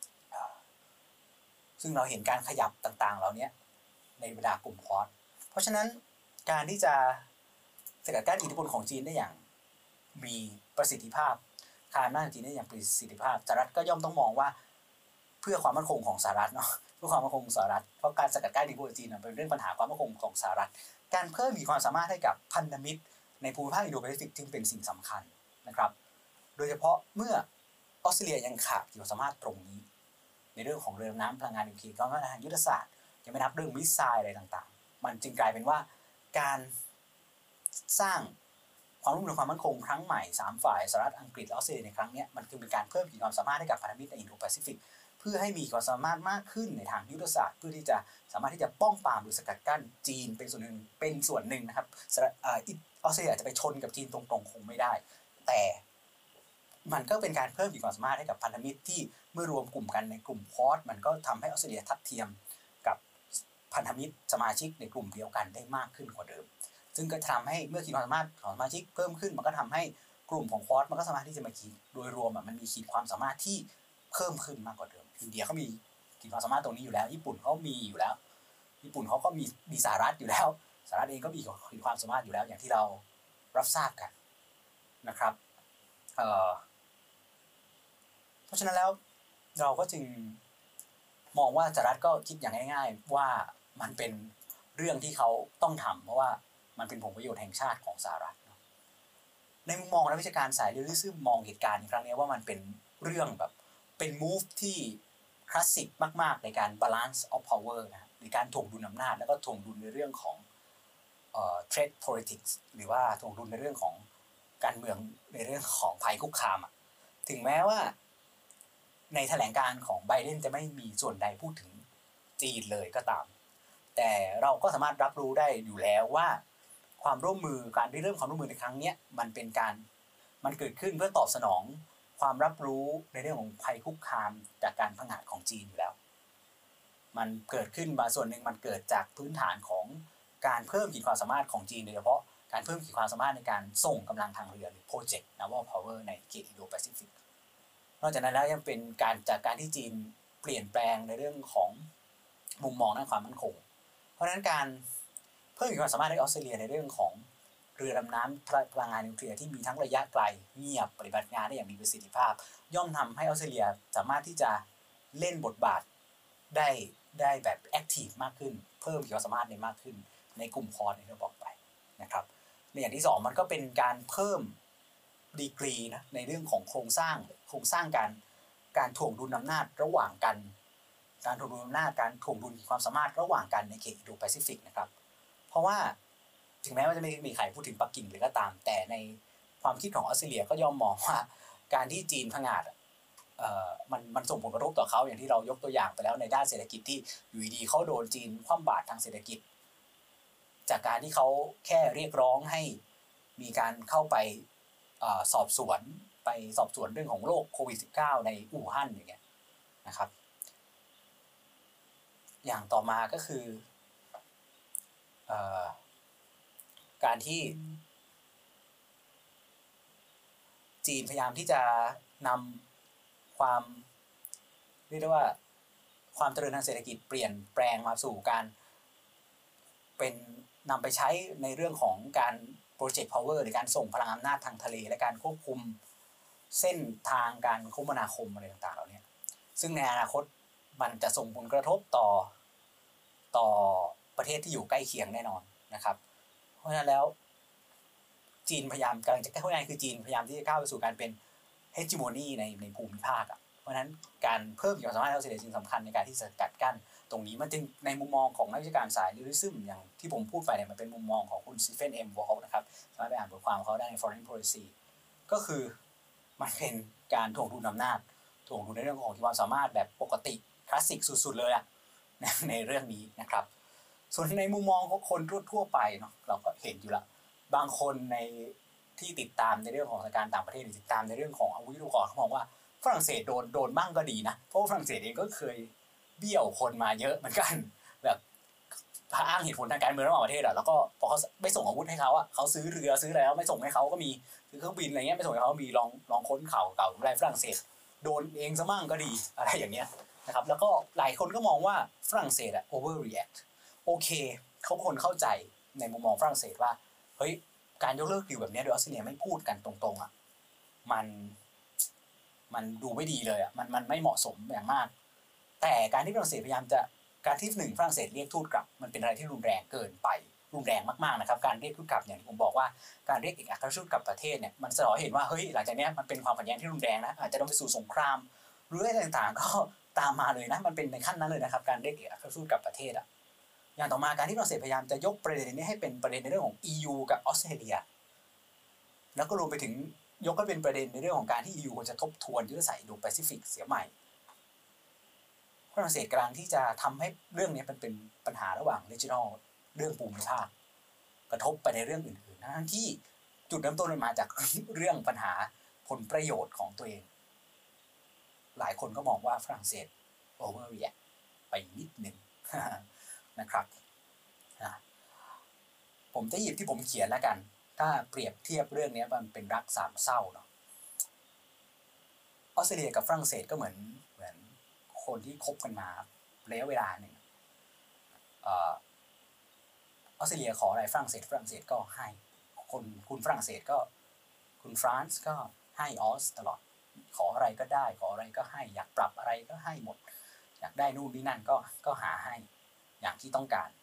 ซึ่งเราเห็นการขยับต่างๆเหล่านี้ในบรรดากลุ่ม ควอด เพราะฉะนั้นการที่จะสกัดกั้นอิทธิพลของจีนได้อย่างมีประสิทธิภาพคานหน้าจีนได้อย่างประสิทธิภาพสหรัฐก็ย่อมต้องมองว่าเพื่อความมั่นคงของสหรัฐเนาะเพื่อความมั่นคงของสหรัฐเพราะการสกัดกั้นอิทธิพลจีนเป็นเรื่องปัญหาความมั่นคงของสหรัฐการเพิ่มขีดความสามารถให้กับพันธมิตรในภูมิภาคอินโดแปซิฟิกจึงเป็นสิ่งสำคัญนะครับโดยเฉพาะเมื่อออสเตรเลียยังขาดขีดความสามารถตรงนี้ในเรื่องของเรือดำน้ำพลังงานนิวเคลียร์ก็ทางยุทธศาสตร์ยังไม่นับเรื่องมิสไซล์อะไรต่างๆมันจึงกลายเป็นว่าการสร้างความร่วมมือความมั่นคงครั้งใหม่สามฝ่ายสหรัฐอังกฤษและออสเตรเลียในครั้งนี้มันคือเป็นการเพิ่มขีดความสามารถให้กับพันธมิตรในอินโดแปซิฟิกเพื่อให้มีความสามารถมากขึ้นในทางยุทธศาสตร์เพื่อที่จะสามารถที่จะป้องปรามหรือสกัดกั้นจีนเป็นส่วนหนึ่งเป็นส่วนหนึ่งนะครับออสเตรเลียอาจจะไปชนกับจีนตรงๆคงไม่ได้แต่มันก็เป็นการเพิ่มขีดความสามารถให้กับพันธมิตรที่เมื่อรวมกลุ่มกันในกลุ่ม ควอด มันก็ทำให้ออสเตรเลียทัดเทียมกับพันธมิตรสมาชิกในกลุ่มเดียวกันได้มากขึ้นกว่าเดิมซึ่งก็ทำให้เมื่อขีดความสามารถของสมาชิกเพิ่มขึ้นมันก็ทำให้กลุ่มของ ควอด มันก็สามารถที่จะมาขีดโดยรวมมันมีขีดความสามารถที่เพิ่มขึ้นมากกว่าเดิมอินเดียเขามีขีดความสามารถตรงนี้อยู่แล้วญี่ปุ่นเขามีอยู่แล้วญี่ปุ่นเขาก็มีมีสหรัฐอยู่แล้วสหรัฐเองก็มีขีดความสามารถอยู่แล้วอย่างที่เรารับทราบกันนะครับเอ่อเพราะฉะนั้นแล้วเราก็จึงมองว่าสหรัฐก็คิดอย่างง่ายๆว่ามันเป็นเรื่องที่เขาต้องทำเพราะว่ามันเป็นผลประโยชน์แห่งชาติของสหรัฐในมุมมองนักวิชาการสายเรียลลิซึมมองเหตุการณ์ในครั้งนี้ว่ามันเป็นเรื่องแบบเป็น move ที่คลาสสิกมากๆในการ balance of power นะในการถ่วงดุลอำนาจแล้วก็ถ่วงดุลในเรื่องของเอ่อ trade politics หรือว่าถ่วงดุลในเรื่องของการเมืองในเรื่องของภัยคุกคามอ่ะถึงแม้ว่าในแถลงการของไบเดนจะไม่มีส่วนใดพูดถึงจีนเลยก็ตามแต่เราก็สามารถรับรู้ได้อยู่แล้วว่าความร่วมมือการได้เริ่มความร่วมมือในครั้งนี้มันเป็นการมันเกิดขึ้นเพื่อตอบสนองความรับรู้ในเรื่องของภัยคุกคามจากการพังอาจของจีนอยู่แล้วมันเกิดขึ้นบางส่วนหนึ่งมันเกิดจากพื้นฐานของการเพิ่มขีดความสามารถของจีนโดยเฉพาะการเพิ่มขีดความสามารถในการส่งกำลังทางเรือหรือ Project Naval Power ในเขตอินโดแปซิฟิกนอกจากนั้นแล้วยังเป็นการจากการที่จีนเปลี่ยนแปลงในเรื่องของมุมมองด้านความมั่นคงเพราะฉะนั้นการเพิ่มขีดความสามารถในออสเตรเลียในเรื่องของเรือดำน้ำพลังงานนิวเคลียร์ที่มีทั้งระยะไกลเงียบปฏิบัติงานได้อย่างมีประสิทธิภาพย่อมทำให้ออสเตรเลียสามารถที่จะเล่นบทบาทได้ได้แบบแอคทีฟมากขึ้นเพิ่มขีดความสามารถในมากขึ้นในกลุ่มคอร์สที่เราบอกไปนะครับในอย่างที่สองมันก็เป็นการเพิ่มดีกรีนะในเรื่องของโครงสร้างโครงสร้างการการถ่วงดุลอำนาจระหว่างกันการถ่วงดุลอำนาจการถ่วงดุลความสามารถระหว่างกันในเขตอินโดแปซิฟิกนะครับเพราะว่าถึงแม้ว่าจะไม่มีใครพูดถึงปักกิ่งหรือก็ตามแต่ในความคิดของออสเตรเลียก็ย่อมมองว่าการที่จีนผงาดเอ่อมันมันส่งผลกระทบต่อเขาอย่างที่เรายกตัวอย่างไปแล้วในด้านเศรษฐกิจที่อยู่ดีเขาโดนจีนคว่ำบาตรทางเศรษฐกิจจากการที่เขาแค่เรียกร้องให้มีการเข้าไปสอบสวนไปสอบสวนเรื่องของโรคโควิด สิบเก้า ในอู่ฮั่นอย่างเงี้ยนะครับอย่างต่อมาก็คือเอ่อการที่จีนพยายามที่จะนำความเรียกได้ว่าความเจริญทางเศรษฐกิจเปลี่ยนแปลงมาสู่การเป็นนำไปใช้ในเรื่องของการโปรเจกต์พาวเวอร์หรือการส่งพลังอำนาจทางทะเลและการควบคุมเส้นทางการคมนาคมอะไรต่างๆเหล่านี้ซึ่งในอนาคตมันจะส่งผลกระทบต่อต่อประเทศที่อยู่ใกล้เคียงแน่นอนนะครับเพราะฉะนั้นแล้วจีนพยายามกำลังจะเข้าใจคือจีนพยายามที่จะก้าวไปสู่การเป็นเฮจิโมนีในในภูมิภาคอ่ะเพราะฉะนั้นการเพิ่มขีดความสามารถของออสเตรเลียจึงสำคัญในการที่จะกัดกั้นตรงนี้มันจึงในมุมมองของนักวิชาการสายลิซึมอย่างที่ผมพูดไปเนี่ยมันเป็นมุมมองของคุณสตีเฟนเอ็มวอลนะครับสามารถไปอ่านบทความของเขาได้ใน Foreign Policy ก็คือมันเป็นการถ่วงดุลอำนาจถ่วงดุลในเรื่องของความสามารถแบบปกติคลาสสิกสุดๆเลยอะในเรื่องนี้นะครับส่วนในมุมมองของคนทั่วๆไปเนาะเราก็เห็นอยู่ละบางคนในที่ติดตามในเรื่องของสถานการณ์ต่างประเทศหรือติดตามในเรื่องของอาวุธยุทโธปกรณ์เขามองว่าฝรั่งเศสโดนโดนบ้างก็ดีนะเพราะฝรั่งเศสเองก็เคยเบี้ยวคนมาเยอะเหมือนกันแบบอ้างเหตุผลทางการเมืองระหว่างประเทศอ่ะแล้วก็พอเขาไม่ส่งอาวุธให้เขาอ่ะเขาซื้อเรือซื้ออะไรแล้วไม่ส่งให้เขาก็มีซื้อเครื่องบินอะไรเงี้ยไม่ส่งให้เขามีลองลองค้นข่าวเก่าอะไรฝรั่งเศสโดนเองซะมั่งก็ดีอะไรอย่างเงี้ยนะครับแล้วก็หลายคนก็มองว่าฝรั่งเศสอ่ะ overreact โอเคเขาคนเข้าใจในมุมมองฝรั่งเศสว่าเฮ้ยการยกเลิกดิวแบบนี้โดยออสเตรเลียไม่พูดกันตรงๆอ่ะมันมันดูไม่ดีเลยอ่ะมันมันไม่เหมาะสมอย่างมากแต่การที่ฝรั่งเศสพยายามจะการที่หนึ่งฝรั่งเศสเรียกทูตกลับมันเป็นอะไรที่รุนแรงเกินไปรุนแรงมากๆนะครับการเรียกทูตกลับอย่างที่ผมบอกว่าการเรียกเอกอัครราชทูตกลับประเทศเนี่ยมันสะท้อนเห็นว่าเฮ้ยหลังจากนี้มันเป็นความขัดแย้งที่รุนแรงนะอาจจะต้องไปสู่สงครามหรืออะไรต่างๆก็ตามมาเลยนะมันเป็นในขั้นนั้นเลยนะครับการเรียกเอกอัครราชทูตกลับประเทศอ่ะอย่างต่อมาการที่ฝรั่งเศสพยายามจะยกประเด็นนี้ให้เป็นประเด็นในเรื่องของ อี ยู กับออสเตรเลียแล้วก็รวมไปถึงยกให้เป็นประเด็นในเรื่องของการที่ อี ยู ควรจะทบทวนยุทธศาสตร์อินโดแปซิฟิกเสียใหม่ฝรั่งเศสกำลังที่จะทำให้เรื่องนี้มันเป็นปัญหาระหว่าง regional เรื่องภูมิภาคกระทบไปในเรื่องอื่นๆทั้งที่จุดเริ่มต้นมันมาจากเรื่องปัญหาผลประโยชน์ของตัวเองหลายคนก็มองว่าฝรั่งเศส overreact ไปนิดนึง นะครับผมจะหยิบที่ผมเขียนแล้วกันถ้าเปรียบเทียบเรื่องนี้มันเป็นรักสามเศร้าเนาะออสเตรเลียกับฝรั่งเศสก็เหมือนเหมือนคนที่คบกันมาระยะเวลาหนึ่งออสเตรเลียขออะไรฝรั่งเศสฝรั่งเศสก็ให้คนคุณฝรั่งเศสก็คุณฟรานซ์ก็ให้ออสตลอดขออะไรก็ได้ขออะไรก็ให้อยากปรับอะไรก็ให้หมดอยากได้นู่นนี่นั่นก็ก็หาให้อย่างที่ต้องการ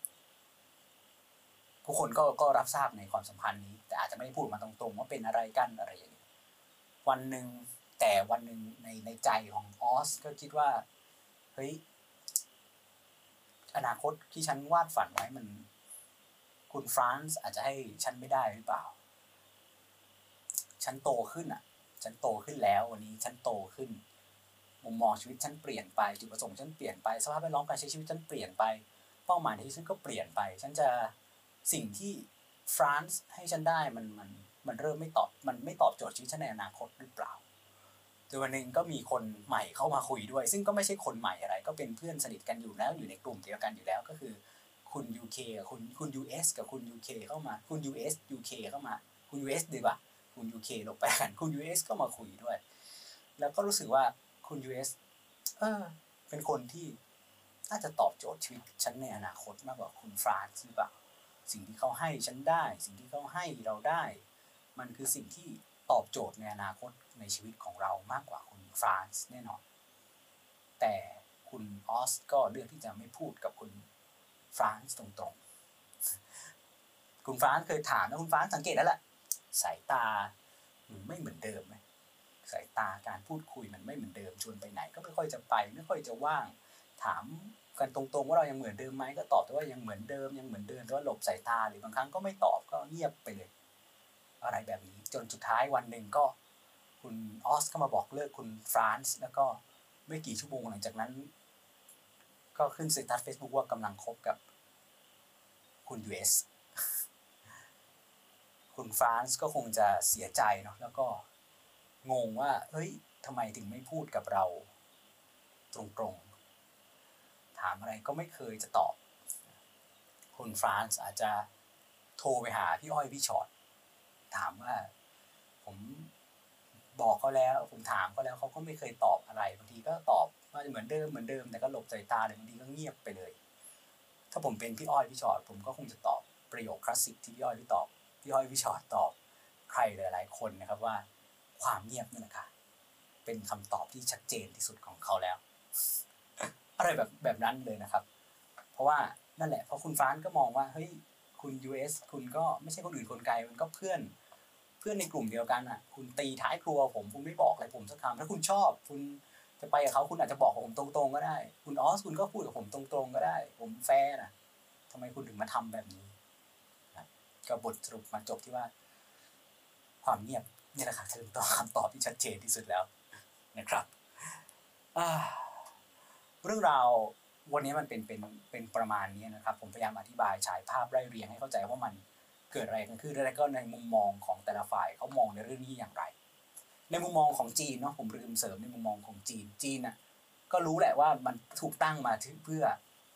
ทุกคนก็ก็รับทราบในความสัมพันธ์นี้แต่อาจจะไม่ได้พูดมาตรงๆว่าเป็นอะไรกันอะไรอย่างนี้วันหนึ่งแต่วันหนึ่งในในใจของออสก็คิดว่าเฮ้ยอนาคตที่ฉันวาดฝันไว้มันคุณฟรานซ์อาจจะให้ฉันไม่ได้หรือเปล่าฉันโตขึ้นอ่ะฉันโตขึ้นแล้ววันนี้ฉันโตขึ้นมุมมองชีวิตฉันเปลี่ยนไปจุดประสงค์ฉันเปลี่ยนไปสภาพแวดล้อมการใช้ชีวิตฉันเปลี่ยนไปเป้าหมายในชีวิตฉันก็เปลี่ยนไปฉันจะสิ่งที่ฟรานซ์ให้ฉันได้มันมันมันเริ่มไม่ตอบมันไม่ตอบโจทย์ชีวิตฉันในอนาคตหรือเปล่าจนวันนึงก็มีคนใหม่เข้ามาคุยด้วยซึ่งก็ไม่ใช่คนใหม่อะไรก็เป็นเพื่อนสนิทกันอยู่แล้วอยู่ในกลุ่มเดียวกันอยู่แล้วก็คือคุณ ยู เค กับคุณคุณ ยู เอส กับคุณ ยู เค เข้ามาคุณ ยู เอส ยู เค เข้ามาคุณ ยู เอส ดีกว่าคุณ ยู เค ลงไปกันคุณ ยู เอส ก็มาคุยด้วยแล้วก็รู้สึกว่าคุณ ยู เอส เออเป็นคนที่น่าจะตอบโจทย์ชีวิตฉันในอนาคตมากกว่าคุณฟรานซ์หรือเปล่าสิ่งที่เขาให้ฉันได้สิ่งที่เขาให้เราได้มันคือสิ่งที่ตอบโจทย์ในอนาคตในชีวิตของเรามากกว่าคุณฟรานซ์แน่นอนแต่คุณออสก็เลือกที่จะไม่พูดกับคุณฟรานซ์ตรงๆคุณฟรานซ์เคยถามนะคุณฟรานซ์สังเกตแล้วแหละสายตามันไม่เหมือนเดิมไหมสายตาการพูดคุยมันไม่เหมือนเดิมชวนไปไหนก็ไม่ค่อยจะไปไม่ค่อยจะว่างถามกันตรงๆว่าเรายังเหมือนเดิมไหมก็ตอบแต่ว่ายังเหมือนเดิมยังเหมือนเดิมแต่ว่าหลบสายตาหรือบางครั้งก็ไม่ตอบก็เงียบไปเลยอะไรแบบนี้จนสุดท้ายวันหนึ่งก็คุณออสก็มาบอกเลิกคุณฟรานซ์แล้วก็ไม่กี่ชั่วโมงหลังจากนั้นก็ขึ้นสเตตัส Facebook ว่ากำลังคบกับคุณ ยู เอส คุณฟรานซ์ก็คงจะเสียใจเนาะแล้วก็งงว่าเฮ้ยทำไมถึงไม่พูดกับเราตรงๆถามอะไรก็ไม่เคยจะตอบคุณฟรานซ์อาจจะโทรไปหาพี่อ้อยพี่ชอตถามว่าผมบอกเขาแล้วผมถามเขาแล้วเขาก็ไม่เคยตอบอะไรบางทีก็ตอบว่าเหมือนเดิมเหมือนเดิมแต่ก็หลบสายตาเลยบางทีก็เงียบไปเลยถ้าผมเป็นพี่อ้อยพี่ชอตผมก็คงจะตอบประโยคคลาสสิกที่พี่อ้อยพี่ตอบพี่อ้อยพี่ชอตตอบใครหลายๆคนนะครับว่าความเงียบนั่นแหละค่ะเป็นคำตอบที่ชัดเจนที่สุดของเขาแล้วอะไรแบบแบบนั้นเลยนะครับเพราะว่านั่นแหละเพราะคุณฟรานซ์ก็มองว่าเฮ้ยคุณ ยู เอส คุณก็ไม่ใช่คนอื่นคนไกลมันก็เพื่อนเพื่อนในกลุ่มเดียวกันอ่ะคุณตีท้ายครัวผมคุณไม่บอกอะไรผมสักคำถ้าคุณชอบคุณจะไปกับเขาคุณอาจจะบอกกับผมตรงๆก็ได้คุณออสคุณก็พูดกับผมตรงๆก็ได้ผมแฟร์นะทำไมคุณถึงมาทำแบบนี้ก็บทสรุปมาจบที่ว่าความเงียบนี่แหละค่ะคือคำตอบที่ชัดเจนที่สุดแล้วนะครับเรื่องราววันนี้มันเป็นเป็นเป็นประมาณนี้นะครับผมพยายามอธิบายฉายภาพไล่เรียงให้เข้าใจว่ามันเกิดอะไรกันขึ้นแล้วก็ในมุมมองของแต่ละฝ่ายเขามองในเรื่องนี้อย่างไรในมุมมองของจีนเนาะผมลืมเสริมในมุมมองของจีนจีนน่ะก็รู้แหละว่ามันถูกตั้งมาเพื่อ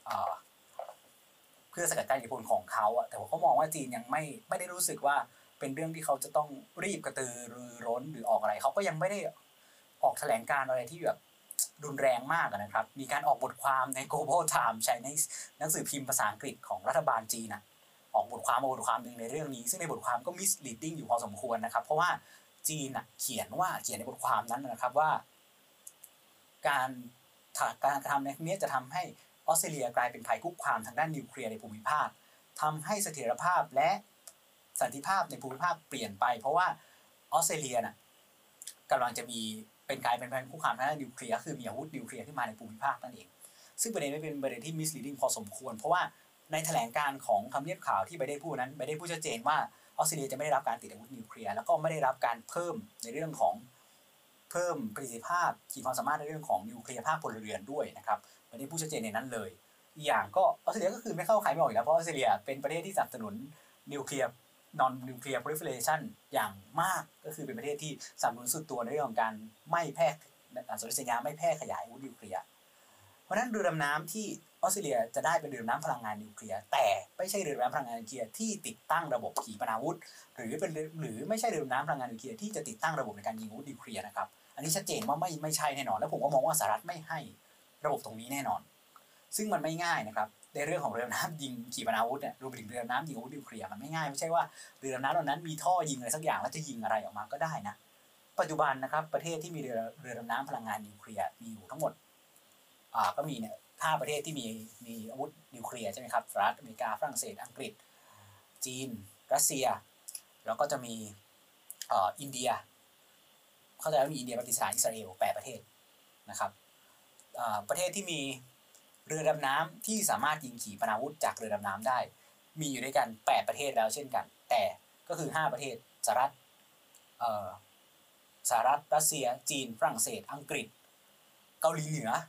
เพื่อสกัดกั้นอิทธิพลของเขาอะแต่เขามองว่าจีนยังไม่ไม่ได้รู้สึกว่าเป็นเรื่องที่เขาจะต้องรีบกระตือรือร้นหรือออกอะไรเขาก็ยังไม่ได้ออกแถลงการอะไรที่แบบรุนแรงมากนะครับมีการออกบทความใน Global Times ใช้ในหนังสือพิมพ์ภาษาอังกฤษของรัฐบาลจีนนะออกบทความบทความหนึ่งในเรื่องนี้ซึ่งในบทความก็ misleading อยู่พอสมควรนะครับเพราะว่าจีนน่ะเขียนว่าเขียนในบทความนั้นนะครับว่าการการกระทำในนี้จะทำให้ออสเตรเลียกลายเป็นภัยคุกคามทางด้านนิวเคลียร์ในภูมิภาคทำให้เสถียรภาพและสันติภาพในภูมิภาคเปลี่ยนไปเพราะว่าออสเตรเลียน่ะกำลังจะมีเป็นกลายเป็นภัยคุกคามทางด้านนิวเคลียร์คือมีอาวุธนิวเคลียร์ขึ้นมาในภูมิภาคนั่นเองซึ่งประเด็นนี้เป็นประเด็นที่ misleading พอสมควรเพราะว่าในแถลงการของทำเนียบข่าวที่ไบเดนพูดนั้นไบเดนพูดชัดเจนว่าออสเตรเลียจะไม่ได้รับการติดอาวุธนิวเคลียร์แล้วก็ไม่ได้รับการเพิ่มในเรื่องของเพิ่มประสิทธิภาพขีดความสามารถในเรื่องของนิวเคลียร์ภาคพลเรือนด้วยนะครับไบเดนพูดชัดเจนในนั้นเลยอีกอย่างก็ออสเตรเลียก็คือไม่เข้าใครไม่ออกอยู่แล้วเพราะออสเตรเลียเป็นประเทศที่สนับสนุนนิวเคลียร์ non nuclear proliferation อย่างมากก็คือเป็นประเทศที่สนับสนุนสุดตัวในเรื่องของการไม่แพร่สนธิสัญญาไม่แพร่ขยายอาวุธนิวเคลียร์เพราะฉะนั้นเรือดำน้ำที่ออสเตรเลียจะได้เป็นเรือดำน้ำพลังงานนิวเคลียร์แต่ไม่ใช่เรือดำน้ำพลังงานนิวเคลียร์ที่ติดตั้งระบบขีปนาวุธหรือเป็นหรือไม่ใช่เรือดำน้ำพลังงานนิวเคลียร์ที่จะติดตั้งระบบในการยิงอาวุธนิวเคลียร์นะครับอันนี้ชัดเจนว่าไม่ไม่ใช่แน่นอนแล้วผมก็มองว่าสหรัฐไม่ให้ระบบตรงนี้แน่นอนซึ่งมันไม่ง่ายนะครับในเรื่องของเรือดำน้ำยิงขีปนาวุธเนี่ยรวมไปถึงเรือดำน้ำยิงอาวุธนิวเคลียร์มันไม่ง่ายไม่ใช่ว่าเรือดำน้ำเหล่านั้นมีท่อยิงอะไรสักอย่างแล้วจะยิงอะไรออกมาก็ได้นะปัจจุบันนะครับประเทศที่มีเรือเรือดำน้ำพลังงานนิวเคลียร์มีอยู่ทั้งหมดอ่าก็มีเนี่ยห้าประเทศที่มีมีอาวุธนิวเคลียร์ใช่ไหมครับสหรัฐอเมริกาฝรั่งเศสอังกฤษจีนรัสเซียแล้วก็จะมีเอ่ออินเดียเข้าใจว่ามีอินเดียปากีสถานอิสราเอลแปดประเทศนะครับอ่าประเทศที่มีเรือดำน้ำที่สามารถยิงขีปนาวุธจากเรือดำน้ำได้มีอยู่ด้วยกันแปดประเทศแล้วเช่นกันแต่ก็คือห้าประเทศสหรัฐเอ่อสหรัฐรัสเซียจีนฝรั่งเศสอังกฤษเกาหลีเหนือ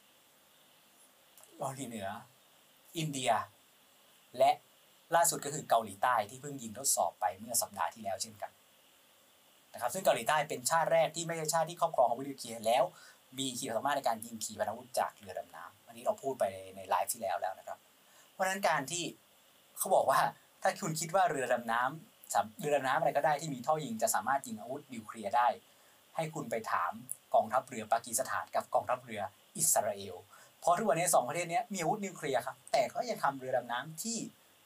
เกาหลีเหนืออินเดียและล่าสุดก็คือเกาหลีใต้ที่เพิ่งยิงทดสอบไปเมื่อสัปดาห์ที่แล้วเช่นกันนะครับซึ่งเกาหลีใต้เป็นชาติแรกที่ไม่ใช่ชาติที่ครอบครองอาวุธนิวเคลียร์แล้วมีขีดความสามารถในการยิงขีปนาวุธจากเรือดำน้ำอันนี้เราพูดไปในไลฟ์ที่แล้วแล้วนะครับเพราะฉะนั้นการที่เขาบอกว่าถ้าคุณคิดว่าเรือดำน้ำเรือดำน้ำอะไรก็ได้ที่มีท่อยิงจะสามารถยิงอาวุธนิวเคลียร์ได้ให้คุณไปถามกองทัพเรือปากีสถานกับกองทัพเรืออิสราเอลเพราะทุกวันนี้สองประเทศนี้มีอาวุธนิวเคลียร์ครับแต่ก็ยังทำเรือดำน้ำที่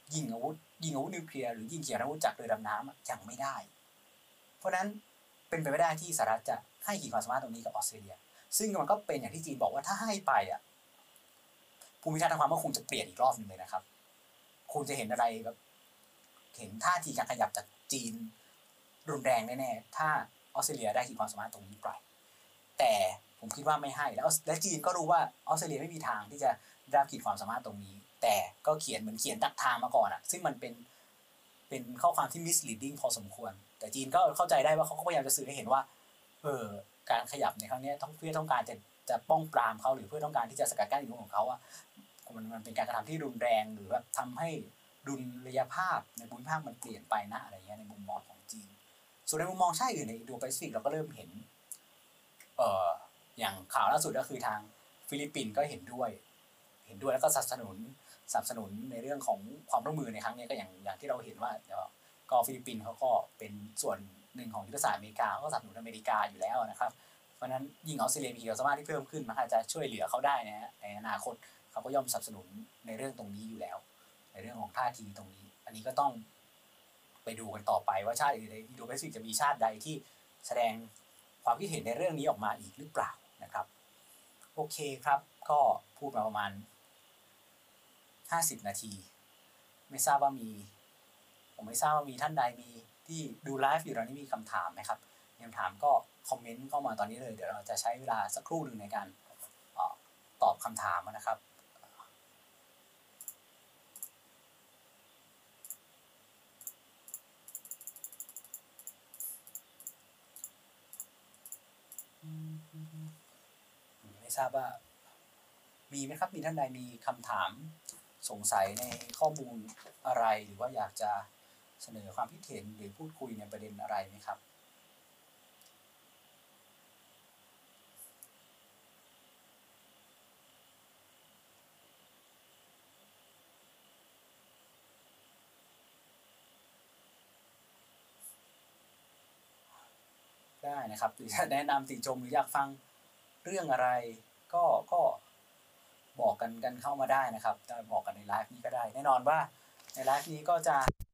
ยิงอาวุธยิงอาวุธนิวเคลียร์หรือยิงขีปนาวุธจากเรือดำน้ำยังไม่ได้เพราะนั้นเป็นไปไม่ได้ที่สหรัฐจะให้ขีดความสามารถตรงนี้กับออสเตรเลียซึ่งมันก็เป็นอย่างที่จีนบอกว่าถ้าให้ไปอ่ะภูมิทัศน์ทางความมั่นคงจะเปลี่ยนอีกรอบหนึ่งเลยนะครับคุณจะเห็นอะไรแบบเห็นท่าทีการขยับจากจีนรุนแรงแน่ๆถ้าออสเตรเลียได้ขีดความสามารถตรงนี้ไปแต่ผมคิดว่าไม่ให้แล้วและจีนก็รู้ว่าออสเตรเลียไม่มีทางที่จะได้ขีดความสามารถตรงนี้แต่ก็เขียนเหมือนเขียนดักทางมาก่อนอ่ะซึ่งมันเป็นเป็นข้อความที่ misleading พอสมควรแต่จีนก็เข้าใจได้ว่าเขาก็พยายามจะสื่อให้เห็นว่าเออการขยับในครั้งนี้ต้องเพื่อต้องการจะจะป้องปรามเขาหรือเพื่อต้องการที่จะสกัดกั้นอิทธิพลของเขาอ่ะมันมันเป็นการกระทำที่รุนแรงหรือแบบทำให้ดุลยภาพในภูมิภาคมันเปลี่ยนไปนะอะไรเงี้ยในมุมมองของจีนส่วนในมุมมองชาติอื่นในอินโดแปซิฟิกเราก็เริ่มเห็นเอ่ออย่างข่าวล่าสุดก็คือทางฟิลิปปินส์ก็เห็นด้วยเห็นด้วยแล้วก็สนับสนุนสนับสนุนในเรื่องของความร่วมมือในครั้งนี้ก็อย่างอย่างที่เราเห็นว่าก็ฟิลิปปินส์เขาก็เป็นส่วนหนึ่งของยุทธศาสตร์อเมริกาก็สนับสนุนอเมริกาอยู่แล้วนะครับเพราะนั้นยิ่งออสเตรเลียมีขีดความสามารถที่เพิ่มขึ้นมันอาจจะช่วยเหลือเขาได้นะฮะในอนาคตเขาก็ย่อมสนับสนุนในเรื่องตรงนี้อยู่แล้วในเรื่องของท่าทีตรงนี้อันนี้ก็ต้องไปดูกันต่อไปว่าชาติอื่นในอินโดแปซิฟิกจะมีชาติใดที่แสดงความคิดเห็นในเรื่องนี้ออกมาอีกหรือเปล่านะครับโอเคครับก็พูดมาประมาณห้าสิบนาทีไม่ทราบว่ามีผมไม่ทราบว่ามีท่านใดมีที่ดูไลฟ์อยู่ตอนนี้มีคำถามไหมครับมีคำถามก็คอมเมนต์เข้ามาตอนนี้เลยเดี๋ยวเราจะใช้เวลาสักครู่หนึ่งในการตอบคำถามนะครับไม่ทราบว่ามีไหมครับมีท่านใดมีคำถามสงสัยในข้อมูลอะไรหรือว่าอยากจะเสนอความคิดเห็นหรือพูดคุยในประเด็นอะไรไหมครับได้นะครับหรือจะแนะนำติชมหรืออยากฟังเรื่องอะไรก็ก็บอกกันกันเข้ามาได้นะครับจะบอกกันในไลฟ์นี้ก็ได้แน่นอนว่าในไลฟ์นี้ก็จะ